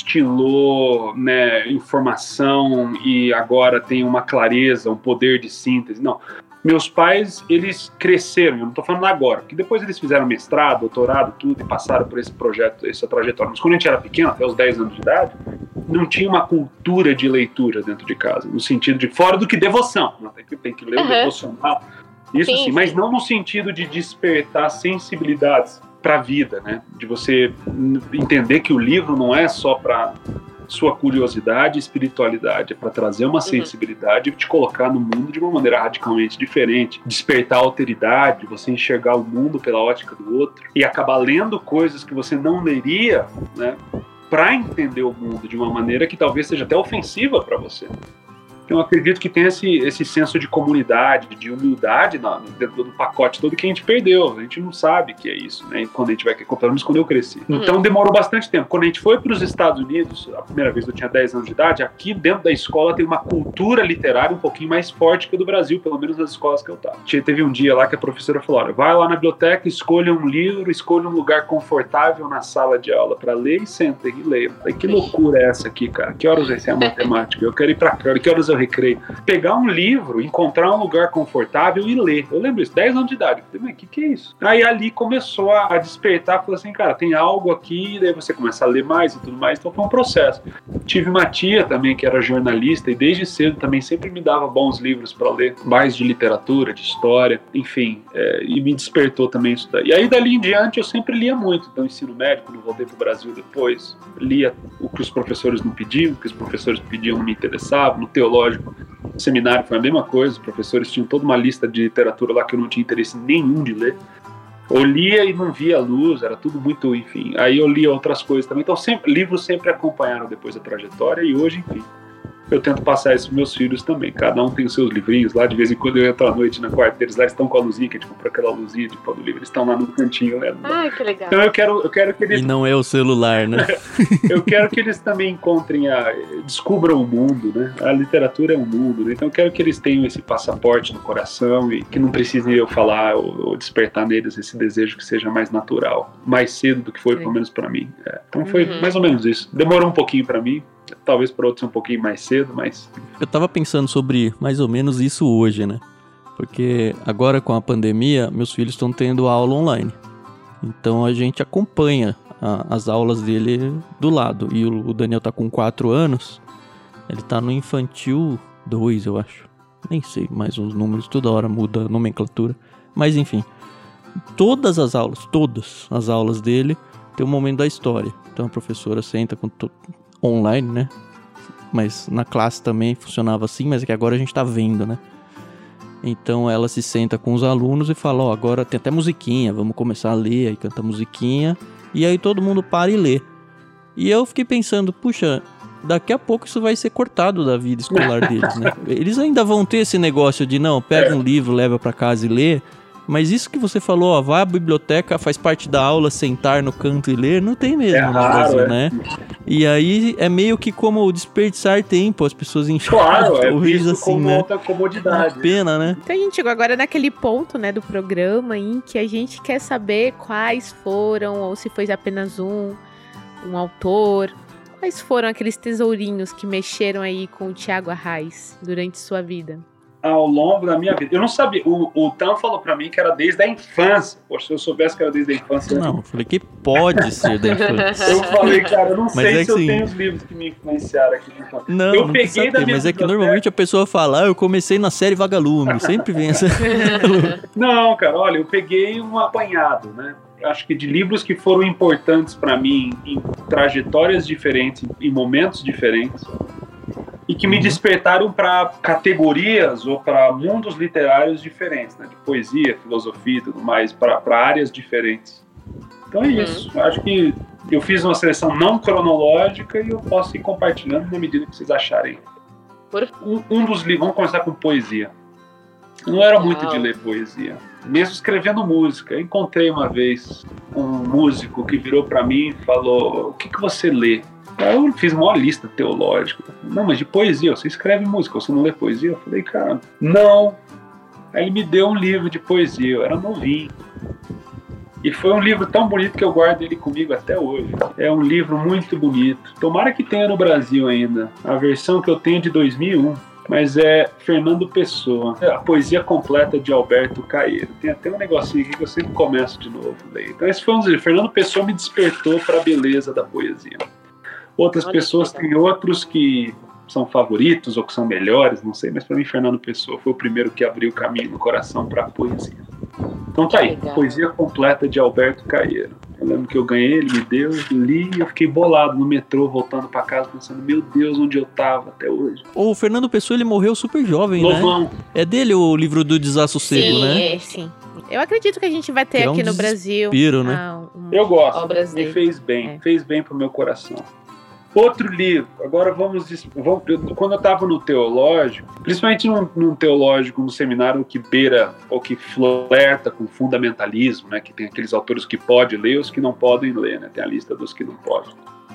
C: destilou, né, informação e agora tem uma clareza, um poder de síntese. Não. Meus pais, eles cresceram, eu não estou falando agora, porque depois eles fizeram mestrado, doutorado, tudo, e passaram por esse projeto, essa trajetória. Mas quando a gente era pequeno, até os dez anos de idade, não tinha uma cultura de leitura dentro de casa, no sentido de, fora do que devoção, não, tem, que, tem que ler uhum. o devocional, isso sim, sim, mas não no sentido de despertar sensibilidades para a vida, né? De você entender que o livro não é só para sua curiosidade e espiritualidade, é para trazer uma sensibilidade uhum. e te colocar no mundo de uma maneira radicalmente diferente, despertar a alteridade, você enxergar o mundo pela ótica do outro e acabar lendo coisas que você não leria, né? Para entender o mundo de uma maneira que talvez seja até ofensiva para você. Então, eu acredito que tem esse, esse senso de comunidade, de humildade na, dentro do pacote todo que a gente perdeu. A gente não sabe que é isso, né? Quando a gente vai, pelo menos quando eu cresci. Hum. Então, demorou bastante tempo. Quando a gente foi para os Estados Unidos, a primeira vez eu tinha dez anos de idade, aqui dentro da escola tem uma cultura literária um pouquinho mais forte que a do Brasil, pelo menos nas escolas que eu estava. Teve um dia lá que a professora falou, olha, vai lá na biblioteca, escolha um livro, escolha um lugar confortável na sala de aula para ler e senta e leia. Falei, que loucura é essa aqui, cara? Que horas vai ser a matemática? Eu quero ir para cá. Que horas eu recreio? Pegar um livro, encontrar um lugar confortável e ler. Eu lembro isso, dez anos de idade. Eu falei, mas o que, que é isso? Aí ali começou a despertar, falou assim, cara, tem algo aqui, e daí você começa a ler mais e tudo mais, então foi um processo. Tive uma tia também que era jornalista e desde cedo também sempre me dava bons livros para ler, mais de literatura, de história, enfim, é, e me despertou também isso daí. E aí dali em diante eu sempre lia muito, então ensino médio, quando voltei pro Brasil depois, lia o que os professores não pediam, o que os professores pediam não me interessava, no teológico, no seminário foi a mesma coisa, os professores tinham toda uma lista de literatura lá que eu não tinha interesse nenhum de ler. Eu lia e não via a luz, era tudo muito, enfim. Aí eu lia outras coisas também. Então, sempre, livros sempre acompanharam depois a trajetória e hoje, enfim, eu tento passar isso para meus filhos também. Cada um tem os seus livrinhos lá. De vez em quando eu entro à noite na quarta, eles lá estão com a luzinha, que a gente comprou aquela luzinha de pão do livro. Eles estão lá no cantinho, né?
B: Ai, que legal.
C: Então eu quero, eu quero que eles...
A: E não é o celular, né?
C: Eu quero que eles também encontrem, a... descubram o mundo, né? A literatura é um mundo, né? Então eu quero que eles tenham esse passaporte no coração e que não precisem eu falar ou, ou despertar neles esse desejo que seja mais natural, mais cedo do que foi, Sim. pelo menos para mim. É. Então foi uhum. mais ou menos isso. Demorou um pouquinho para mim, talvez para outros um pouquinho mais cedo, mas...
A: Eu tava pensando sobre mais ou menos isso hoje, né? Porque agora com a pandemia, meus filhos estão tendo aula online. Então a gente acompanha a, as aulas dele do lado. E o, o Daniel tá com quatro anos, ele tá no infantil dois, eu acho. Nem sei mais os números, toda hora muda a nomenclatura. Mas enfim, todas as aulas, todas as aulas dele tem um momento da história. Então a professora senta com to... online, né? Mas na classe também funcionava assim, mas é que agora a gente tá vendo, né? Então ela se senta com os alunos e fala, ó, agora tem até musiquinha, vamos começar a ler, aí canta musiquinha, e aí todo mundo para e lê. E eu fiquei pensando, puxa, daqui a pouco isso vai ser cortado da vida escolar deles, né? Eles ainda vão ter esse negócio de, não, pega um livro, leva pra casa e lê, mas isso que você falou, ó, vai à biblioteca, faz parte da aula, sentar no canto e ler, não tem mesmo
C: é
A: no
C: raro,
A: Brasil,
C: é.
A: né? E aí é meio que como desperdiçar tempo, as pessoas enxergam
C: Claro, é
A: talvez
C: visto
A: assim,
C: como
A: né?
C: outra comodidade.
A: Uma pena, né?
B: Então a gente chegou agora naquele ponto, né, do programa em que a gente quer saber quais foram, ou se foi apenas um, um autor, quais foram aqueles tesourinhos que mexeram aí com o Thiago Arraes durante sua vida.
C: Ao longo da minha vida. Eu não sabia. O, o Tam falou pra mim que era desde a infância. Poxa, se eu soubesse que era desde a infância...
A: Não, eu falei que pode ser da infância.
C: Eu falei, cara, eu não
A: Mas
C: sei
A: é
C: se
A: que
C: eu
A: sim.
C: tenho os livros que me influenciaram aqui.
A: Não,
C: eu
A: não
C: peguei
A: precisa
C: da
A: ter,
C: minha
A: mas é que
C: biblioteca.
A: normalmente a pessoa fala, ah, eu comecei na série Vagalume, sempre vem essa...
C: Não, cara, olha, eu peguei um apanhado, né? Acho que de livros que foram importantes pra mim em trajetórias diferentes, em momentos diferentes, e que me despertaram para categorias ou para mundos literários diferentes, né? De poesia, filosofia e tudo mais, para áreas diferentes. Então é isso. Uhum. Acho que eu fiz uma seleção não cronológica e eu posso ir compartilhando na medida que vocês acharem. Um, um dos livros, vamos começar com poesia. Eu não era muito de ler poesia, mesmo escrevendo música. Eu encontrei uma vez um músico que virou para mim e falou: o que, que você lê? Eu fiz uma lista teológica. Não, mas de poesia, você escreve música, você não lê poesia? Eu falei, cara, não. Aí ele me deu um livro de poesia, eu era novinho. E foi um livro tão bonito que eu guardo ele comigo até hoje. É um livro muito bonito. Tomara que tenha no Brasil ainda. A versão que eu tenho é de dois mil e um. Mas é Fernando Pessoa, a poesia completa de Alberto Caeiro. Tem até um negocinho aqui que eu sempre começo de novo. Daí. Então esse foi um dos livros. Fernando Pessoa me despertou para a beleza da poesia. Outras Olha pessoas têm outros que são favoritos ou que são melhores, não sei, mas para mim Fernando Pessoa foi o primeiro que abriu o caminho no coração para a poesia. Então tá aí, Legal. Poesia completa de Alberto Caeiro. Eu lembro que eu ganhei, ele me deu, li e eu fiquei bolado no metrô, voltando para casa, pensando, meu Deus, onde eu tava até hoje.
A: O Fernando Pessoa, ele morreu super jovem,
C: Novão.
A: Né? É dele o livro do Desassossego,
B: sim,
A: né?
B: É, sim, Eu acredito que a gente vai ter
A: é
B: aqui
A: um
B: no Brasil.
A: Né?
B: Ah, um...
C: Eu gosto,
B: Obras
C: me
B: dele.
C: fez bem,
B: é.
C: fez bem pro meu coração. Outro livro, agora vamos, vamos quando eu estava no teológico, principalmente num, num teológico, num seminário que beira ou que flerta com fundamentalismo, né, que tem aqueles autores que podem ler e os que não podem ler, né, tem a lista dos que não podem.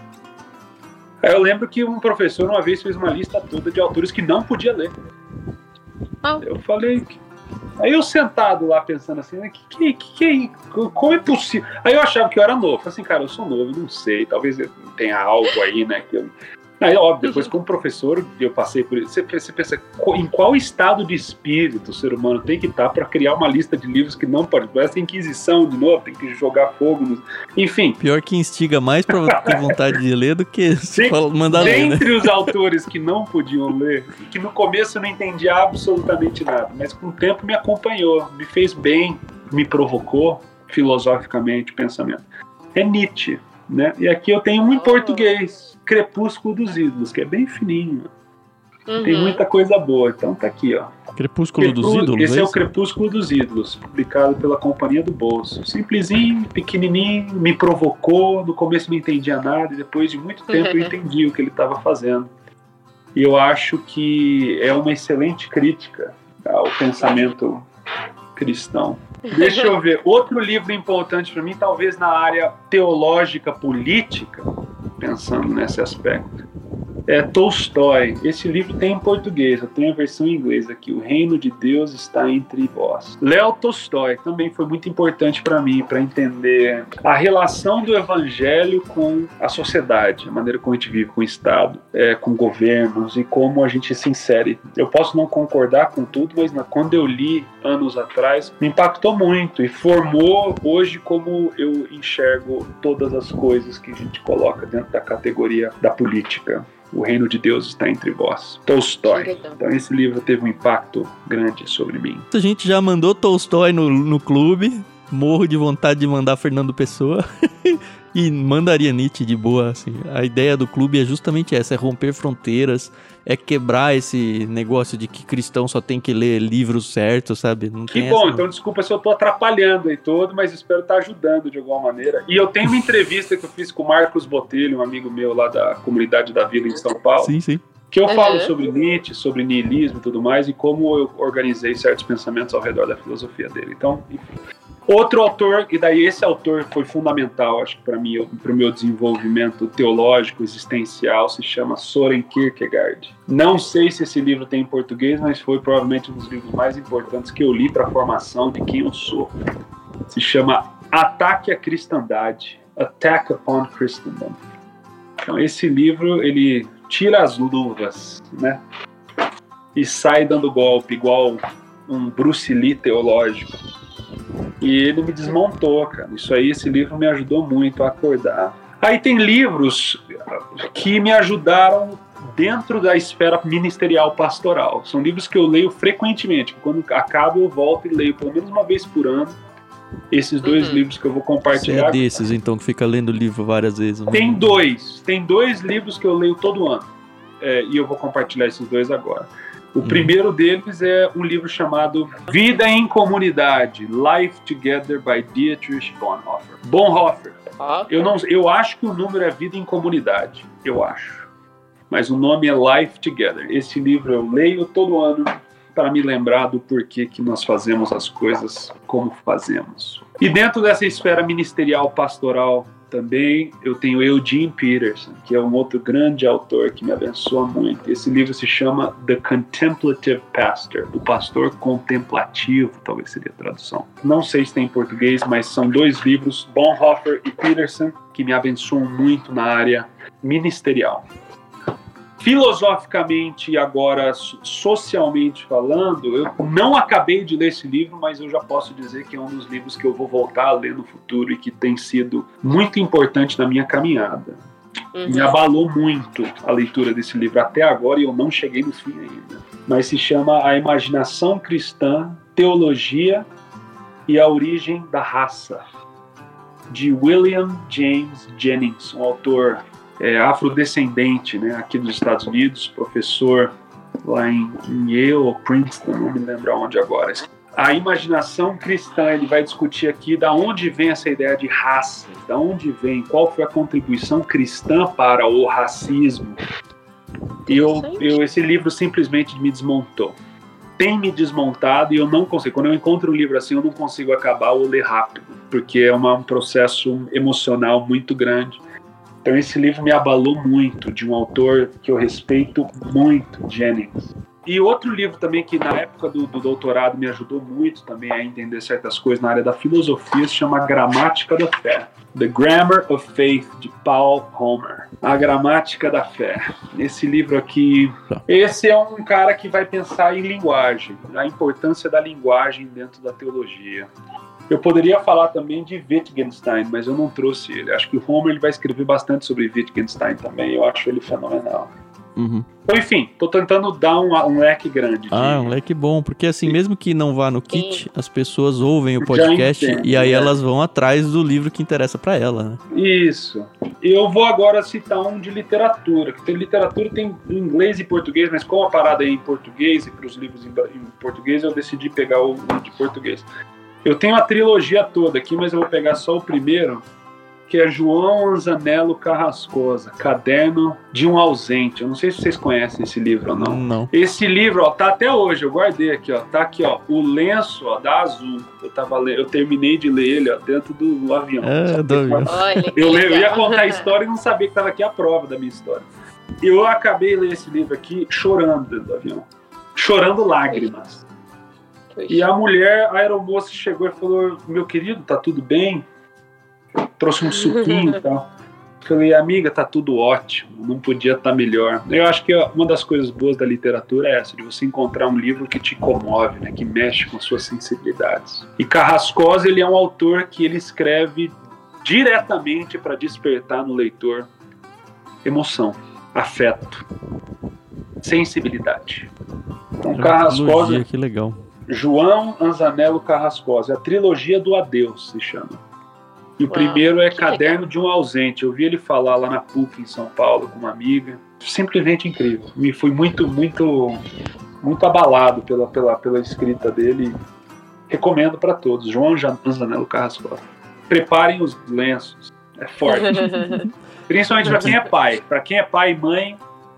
C: Aí eu lembro que um professor uma vez fez uma lista toda de autores que não podia ler. Oh. Eu falei... Aí eu sentado lá pensando assim, que, que, que, como é possível? Aí eu achava que eu era novo. Falei assim, cara, eu sou novo, não sei, talvez tenha algo aí, né? Que eu... Aí, óbvio, depois como professor, eu passei por isso. Você, você pensa, em qual estado de espírito o ser humano tem que estar para criar uma lista de livros que não pode... Parece Inquisição de novo, tem que jogar fogo, no... enfim.
A: Pior que instiga mais para ter vontade de ler do que se mandar ler, né?
C: Dentre os autores que não podiam ler, que no começo eu não entendia absolutamente nada, mas com o tempo me acompanhou, me fez bem, me provocou filosoficamente o pensamento. É Nietzsche, né? E aqui eu tenho um em português, Crepúsculo dos Ídolos, que é bem fininho. Uhum. Tem muita coisa boa, então tá aqui, ó.
A: Crepúsculo Crepú... dos Ídolos?
C: Esse é, é o Crepúsculo dos Ídolos, publicado pela Companhia do Bolso. Simplesinho, pequenininho, me provocou, no começo não entendia nada, e depois de muito tempo eu entendi o que ele estava fazendo. E eu acho que é uma excelente crítica ao pensamento cristão. Deixa eu ver, outro livro importante para mim, talvez na área teológica política, pensando nesse aspecto, é Tolstói. Esse livro tem em português, eu tenho a versão em inglês aqui, O Reino de Deus está entre vós. Léo Tolstói também foi muito importante para mim, para entender a relação do evangelho com a sociedade, a maneira como a gente vive com o Estado, é, com governos e como a gente se insere. Eu posso não concordar com tudo, mas na, quando eu li anos atrás, me impactou muito e formou hoje como eu enxergo todas as coisas que a gente coloca dentro da categoria da política. O reino de Deus está entre vós. Tolstói. Então esse livro teve um impacto grande sobre mim.
A: A gente já mandou Tolstói no, no clube. Morro de vontade de mandar Fernando Pessoa. E mandaria Nietzsche de boa, assim. A ideia do clube é justamente essa, é romper fronteiras, é quebrar esse negócio de que cristão só tem que ler livros certos, sabe? Não
C: que
A: tem
C: bom,
A: essa...
C: então desculpa se eu tô atrapalhando aí todo, mas espero estar ajudando de alguma maneira. E eu tenho uma entrevista que eu fiz com o Marcos Botelho, um amigo meu lá da comunidade da Vila em São Paulo.
A: Sim, sim.
C: Que eu
B: uhum.
C: falo sobre Nietzsche, sobre niilismo e tudo mais, e como eu organizei certos pensamentos ao redor da filosofia dele. Então, enfim. Outro autor, e daí esse autor foi fundamental, acho que para mim, para o meu desenvolvimento teológico, existencial, se chama Søren Kierkegaard. Não sei se esse livro tem em português, mas foi provavelmente um dos livros mais importantes que eu li para a formação de quem eu sou. Se chama Ataque à Cristandade, Attack Upon Christendom. Então esse livro, ele tira as luvas, né? E sai dando golpe, igual um Bruce Lee teológico. E ele me desmontou, cara. Isso aí, esse livro me ajudou muito a acordar. Aí tem livros que me ajudaram dentro da esfera ministerial pastoral. São livros que eu leio frequentemente. Quando acaba, eu volto e leio pelo menos uma vez por ano. Esses dois uhum. livros que eu vou compartilhar.
A: Você é desses, então, que fica lendo livro várias vezes. Né?
C: Tem dois. Tem dois livros que eu leio todo ano. É, e eu vou compartilhar esses dois agora. O hum. primeiro deles é um livro chamado Vida em Comunidade, Life Together, by Dietrich Bonhoeffer. Bonhoeffer. Ah, eu, não, eu acho que o número é Vida em Comunidade, eu acho. Mas o nome é Life Together. Esse livro eu leio todo ano para me lembrar do porquê que nós fazemos as coisas como fazemos. E dentro dessa esfera ministerial, pastoral, também eu tenho Eugene Peterson, que é um outro grande autor que me abençoa muito. Esse livro se chama The Contemplative Pastor, o pastor contemplativo, talvez seria a tradução. Não sei se tem em português, mas são dois livros, Bonhoeffer e Peterson, que me abençoam muito na área ministerial. Filosoficamente e agora socialmente falando, eu não acabei de ler esse livro, mas eu já posso dizer que é um dos livros que eu vou voltar a ler no futuro e que tem sido muito importante na minha caminhada. Uhum. Me abalou muito a leitura desse livro até agora e eu não cheguei no fim ainda. Mas se chama A Imaginação Cristã, Teologia e a Origem da Raça, de William James Jennings, um autor É, afrodescendente, né, aqui dos Estados Unidos, professor lá em, em Yale ou Princeton, não me lembro onde agora. A imaginação cristã, ele vai discutir aqui da onde vem essa ideia de raça, da onde vem, qual foi a contribuição cristã para o racismo. E eu, eu, esse livro simplesmente me desmontou. Tem me desmontado e eu não consigo. Quando eu encontro um livro assim, eu não consigo acabar ou ler rápido, porque é uma, um processo emocional muito grande. Então esse livro me abalou muito, de um autor que eu respeito muito, Jennings. E outro livro também que na época do, do doutorado me ajudou muito também a entender certas coisas na área da filosofia, se chama Gramática da Fé. The Grammar of Faith, de Paul Homer. A Gramática da Fé. Esse livro aqui, esse é um cara que vai pensar em linguagem, a importância da linguagem dentro da teologia. Eu poderia falar também de Wittgenstein, mas eu não trouxe ele. Acho que o Homer ele vai escrever bastante sobre Wittgenstein também. Eu acho ele fenomenal.
A: Uhum.
C: Então, enfim, tô tentando dar um, um leque grande. De...
A: Ah, um leque bom, porque assim, Sim. mesmo que não vá no kit, as pessoas ouvem o podcast entendo, e aí é. elas vão atrás do livro que interessa pra ela, né?
C: Isso. Eu vou agora citar um de literatura, que tem literatura tem em inglês e português, mas como a parada é em português e pros livros em, em português, eu decidi pegar o, o de português. Eu tenho a trilogia toda aqui, mas eu vou pegar só o primeiro, que é João Anzanello Carrascosa, Caderno de um Ausente. Eu não sei se vocês conhecem esse livro ou não.
A: Não.
C: Esse livro, ó, tá até hoje, eu guardei aqui, ó. Tá aqui, ó, o lenço, ó, da Azul. Eu, tava le... eu terminei de ler ele, ó, dentro do, do avião.
A: É, do avião.
C: Eu, eu ia contar a história e não sabia que tava aqui a prova da minha história. Eu acabei de ler esse livro aqui chorando dentro do avião. Chorando lágrimas. E a mulher, a aeromoça chegou e falou, meu querido, tá tudo bem? Trouxe um suquinho e tal. Falei, amiga, tá tudo ótimo, não podia estar melhor. Eu acho que uma das coisas boas da literatura é essa, de você encontrar um livro que te comove, né, que mexe com as suas sensibilidades. E Carrascosa, ele é um autor que ele escreve diretamente para despertar no leitor emoção. afeto, sensibilidade. Então,
A: Trilogia,
C: Carrascosa,
A: que legal.
C: João Anzanello Carrascosa, a trilogia do adeus se chama. E o
B: Uau,
C: primeiro é
B: que
C: Caderno
B: legal.
C: de um Ausente. Eu vi ele falar lá na P U C em São Paulo com uma amiga. Simplesmente incrível. Me fui muito, muito, muito abalado pela, pela, pela escrita dele. Recomendo para todos. João Anzanello Carrascosa. Preparem os lenços. É forte. Principalmente para quem é pai. Para quem é pai e mãe,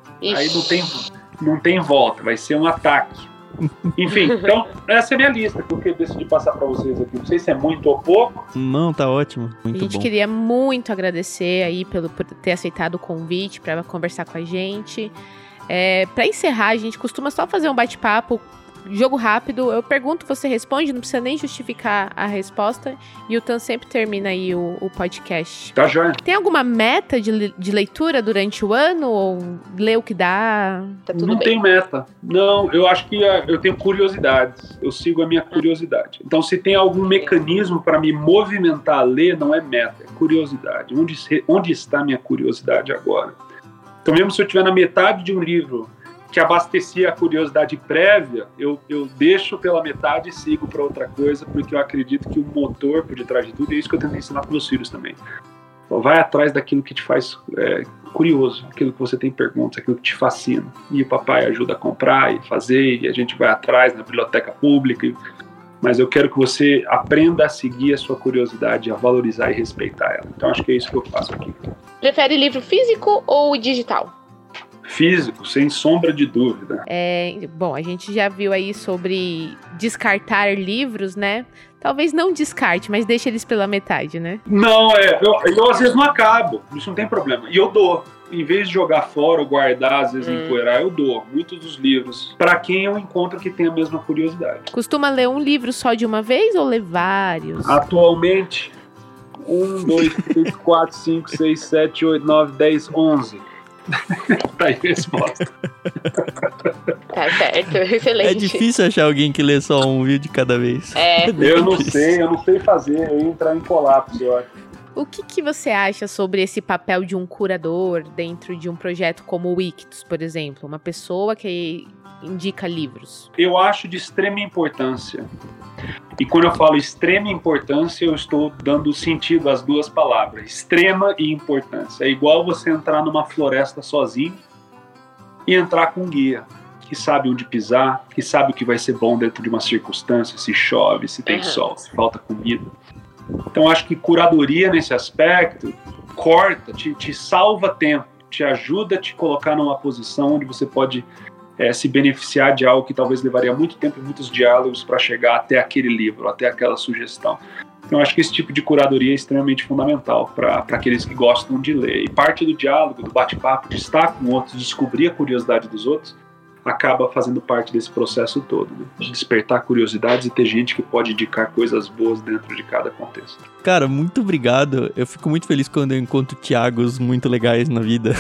C: aí não tem, não tem volta. Vai ser um ataque. Enfim, então essa é a minha lista que eu decidi passar para vocês aqui. Não sei se é muito ou pouco.
A: Não, tá ótimo.
B: A
A: Muito
B: gente
A: bom.
B: queria muito agradecer aí pelo, por ter aceitado o convite para conversar com a gente. É, para encerrar, a gente costuma só fazer um bate-papo, jogo rápido. Eu pergunto, você responde, não precisa nem justificar a resposta. E o Tan sempre termina aí o, o podcast.
C: Tá joia.
B: Tem alguma meta de, de leitura durante o ano? Ou lê o que dá? Tá tudo
C: Não
B: bem?
C: tem meta. Não, eu acho que uh, eu tenho curiosidades. Eu sigo a minha curiosidade. Então, se tem algum mecanismo para me movimentar a ler, não é meta, é curiosidade. Onde, onde está a minha curiosidade agora? Então, mesmo se eu estiver na metade de um livro que abastecia a curiosidade prévia, eu, eu deixo pela metade e sigo para outra coisa, porque eu acredito que o motor por detrás de tudo, é isso que eu tento ensinar para meus filhos também. Então, vai atrás daquilo que te faz é, curioso, aquilo que você tem perguntas, aquilo que te fascina. E o papai ajuda a comprar e fazer, e a gente vai atrás na biblioteca pública. E... Mas eu quero que você aprenda a seguir a sua curiosidade, a valorizar e respeitar ela. Então acho que é isso que eu faço aqui.
B: Prefere livro físico ou digital?
C: Físico, sem sombra de dúvida.
B: É, bom, a gente já viu aí sobre descartar livros, né? Talvez não descarte, mas deixe eles pela metade, né?
C: Não, é, eu, eu às vezes não acabo, isso não tem problema. E eu dou. Em vez de jogar fora ou guardar, às vezes
B: hum.
C: empoeirar, eu dou muitos dos livros para quem eu encontro que tem a mesma curiosidade.
B: Costuma ler um livro só de uma vez ou ler vários?
C: Atualmente, um, dois, três, quatro, cinco, seis, sete, oito, nove, dez, onze. Tá aí a resposta.
B: Tá certo, excelente.
A: É difícil achar alguém que lê só um vídeo de cada vez.
B: É.
C: Eu não sei, eu não sei fazer, eu ia entrar em colapso, eu acho.
B: O que, que você acha sobre esse papel de um curador dentro de um projeto como o Ictus, por exemplo? Uma pessoa que indica livros.
C: Eu acho de extrema importância. E quando eu falo extrema importância, eu estou dando sentido às duas palavras. Extrema e importância. É igual você entrar numa floresta sozinho e entrar com um guia, que sabe onde pisar, que sabe o que vai ser bom dentro de uma circunstância, se chove, se tem
B: Uhum.
C: sol, se falta comida. Então, acho que curadoria nesse aspecto corta, te, te salva tempo, te ajuda a te colocar numa posição onde você pode é, se beneficiar de algo que talvez levaria muito tempo e muitos diálogos para chegar até aquele livro, até aquela sugestão. Então, acho que esse tipo de curadoria é extremamente fundamental para aqueles que gostam de ler. E parte do diálogo, do bate-papo, de estar com outros, descobrir a curiosidade dos outros, acaba fazendo parte desse processo todo, né? De despertar curiosidades e ter gente que pode indicar coisas boas dentro de cada contexto.
A: Cara, muito obrigado. Eu fico muito feliz quando eu encontro Thiagos muito legais na vida.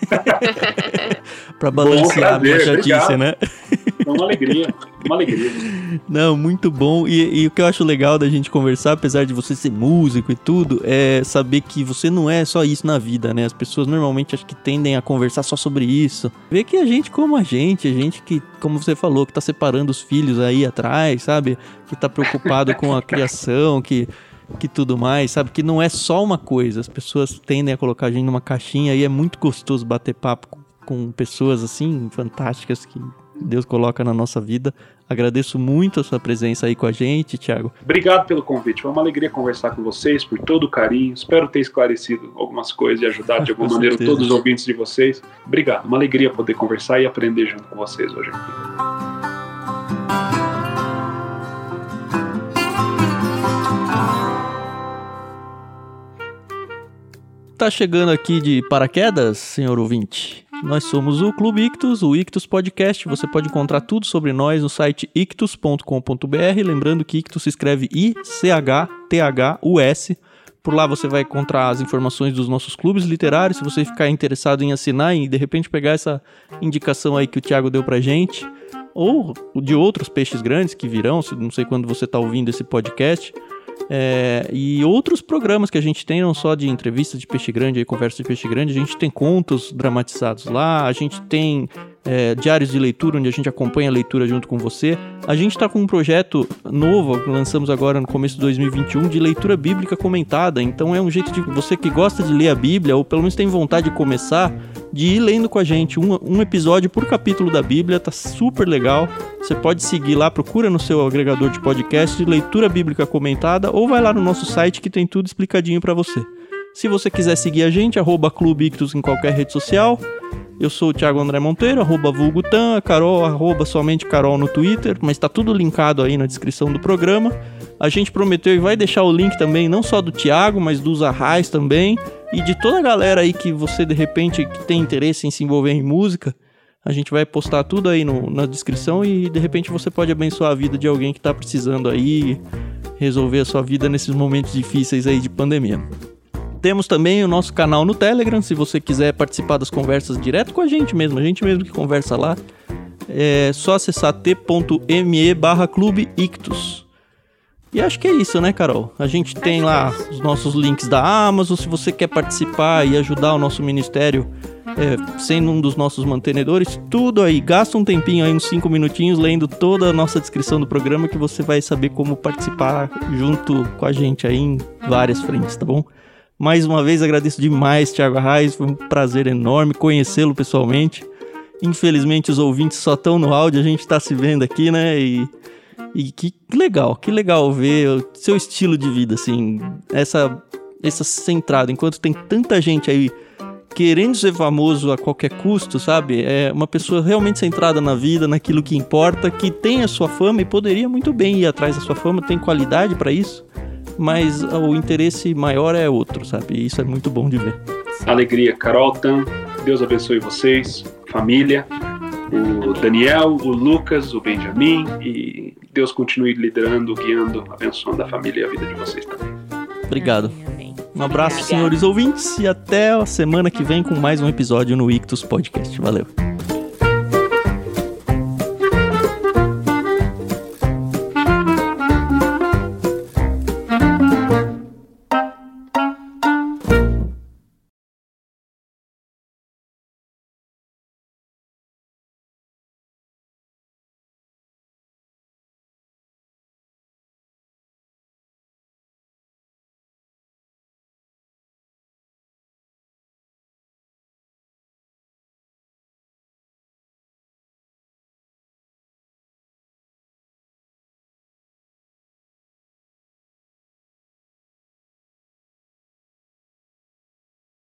A: Pra balancear a minha
C: prazer,
A: chatice,
C: obrigado.
A: né?
C: É uma alegria, uma alegria.
A: Não, muito bom. E, e o que eu acho legal da gente conversar, apesar de você ser músico e tudo, é saber que você não é só isso na vida, né? As pessoas normalmente acho que tendem a conversar só sobre isso. Ver que a gente como a gente, a gente que, como você falou, que tá separando os filhos aí atrás, sabe? Que tá preocupado com a criação, que... que tudo mais, sabe? Que não é só uma coisa. As pessoas tendem a colocar a gente numa caixinha e é muito gostoso bater papo com, com pessoas assim, fantásticas que Deus coloca na nossa vida. Agradeço muito a sua presença aí com a gente, Thiago.
C: Obrigado pelo convite. Foi uma alegria conversar com vocês, por todo o carinho. Espero ter esclarecido algumas coisas e ajudado de alguma
A: Com
C: maneira
A: certeza.
C: todos os ouvintes de vocês. Obrigado. Uma alegria poder conversar e aprender junto com vocês hoje aqui.
A: Tá chegando aqui de paraquedas, senhor ouvinte? Nós somos o Clube Ictus, o Ictus Podcast. Você pode encontrar tudo sobre nós no site ictus ponto com ponto b r. Lembrando que Ictus se escreve I C H T H U S. Por lá você vai encontrar as informações dos nossos clubes literários. Se você ficar interessado em assinar e de repente pegar essa indicação aí que o Thiago deu pra gente, ou de outros peixes grandes que virão, não sei quando você tá ouvindo esse podcast, É, e outros programas que a gente tem, não só de entrevista de peixe grande, aí, conversa de peixe grande, a gente tem contos dramatizados lá, a gente tem é, diários de leitura, onde a gente acompanha a leitura junto com você. A gente está com um projeto novo, que lançamos agora no começo de dois mil e vinte e um, de leitura bíblica comentada. Então é um jeito de você que gosta de ler a Bíblia, ou pelo menos tem vontade de começar, de ir lendo com a gente um, um episódio por capítulo da Bíblia, tá super legal. Você pode seguir lá, procura no seu agregador de podcast de leitura bíblica comentada, ou vai lá no nosso site que tem tudo explicadinho para você. Se você quiser seguir a gente, arroba Clube Ictus em qualquer rede social. Eu sou o Thiago André Monteiro, arroba vulgutan, a Carol, arroba somente Carol no Twitter, mas tá tudo linkado aí na descrição do programa. A gente prometeu e vai deixar o link também, não só do Thiago, mas dos Arrais também, e de toda a galera aí que você, de repente, que tem interesse em se envolver em música. A gente vai postar tudo aí no, na descrição e, de repente, você pode abençoar a vida de alguém que tá precisando aí, resolver a sua vida nesses momentos difíceis aí de pandemia. Temos também o nosso canal no Telegram, se você quiser participar das conversas direto com a gente mesmo, a gente mesmo que conversa lá. É só acessar t.me barra Clube Ictus. E acho que é isso, né, Carol? A gente tem lá os nossos links da Amazon, se você quer participar e ajudar o nosso ministério, é, sendo um dos nossos mantenedores, tudo aí. Gasta um tempinho aí, uns cinco minutinhos, lendo toda a nossa descrição do programa, que você vai saber como participar junto com a gente aí em várias frentes, tá bom? Mais uma vez, agradeço demais, Thiago Arrais, foi um prazer enorme conhecê-lo pessoalmente. Infelizmente, os ouvintes só estão no áudio, a gente tá se vendo aqui, né, e... E que legal, que legal ver o seu estilo de vida, assim, essa, essa centrada, enquanto tem tanta gente aí querendo ser famoso a qualquer custo, sabe? É uma pessoa realmente centrada na vida, naquilo que importa, que tem a sua fama e poderia muito bem ir atrás da sua fama, tem qualidade pra isso, mas o interesse maior é outro, sabe? E isso é muito bom de ver.
C: Alegria, Carol, Tan, Deus abençoe vocês, família, o Daniel, o Lucas, o Benjamin, e Deus continue liderando, guiando, abençoando a família e a vida de vocês também.
A: Obrigado.
B: Amém, amém.
A: Um abraço,
B: Obrigada.
A: senhores ouvintes, e até a semana que vem com mais um episódio no Ictus Podcast. Valeu.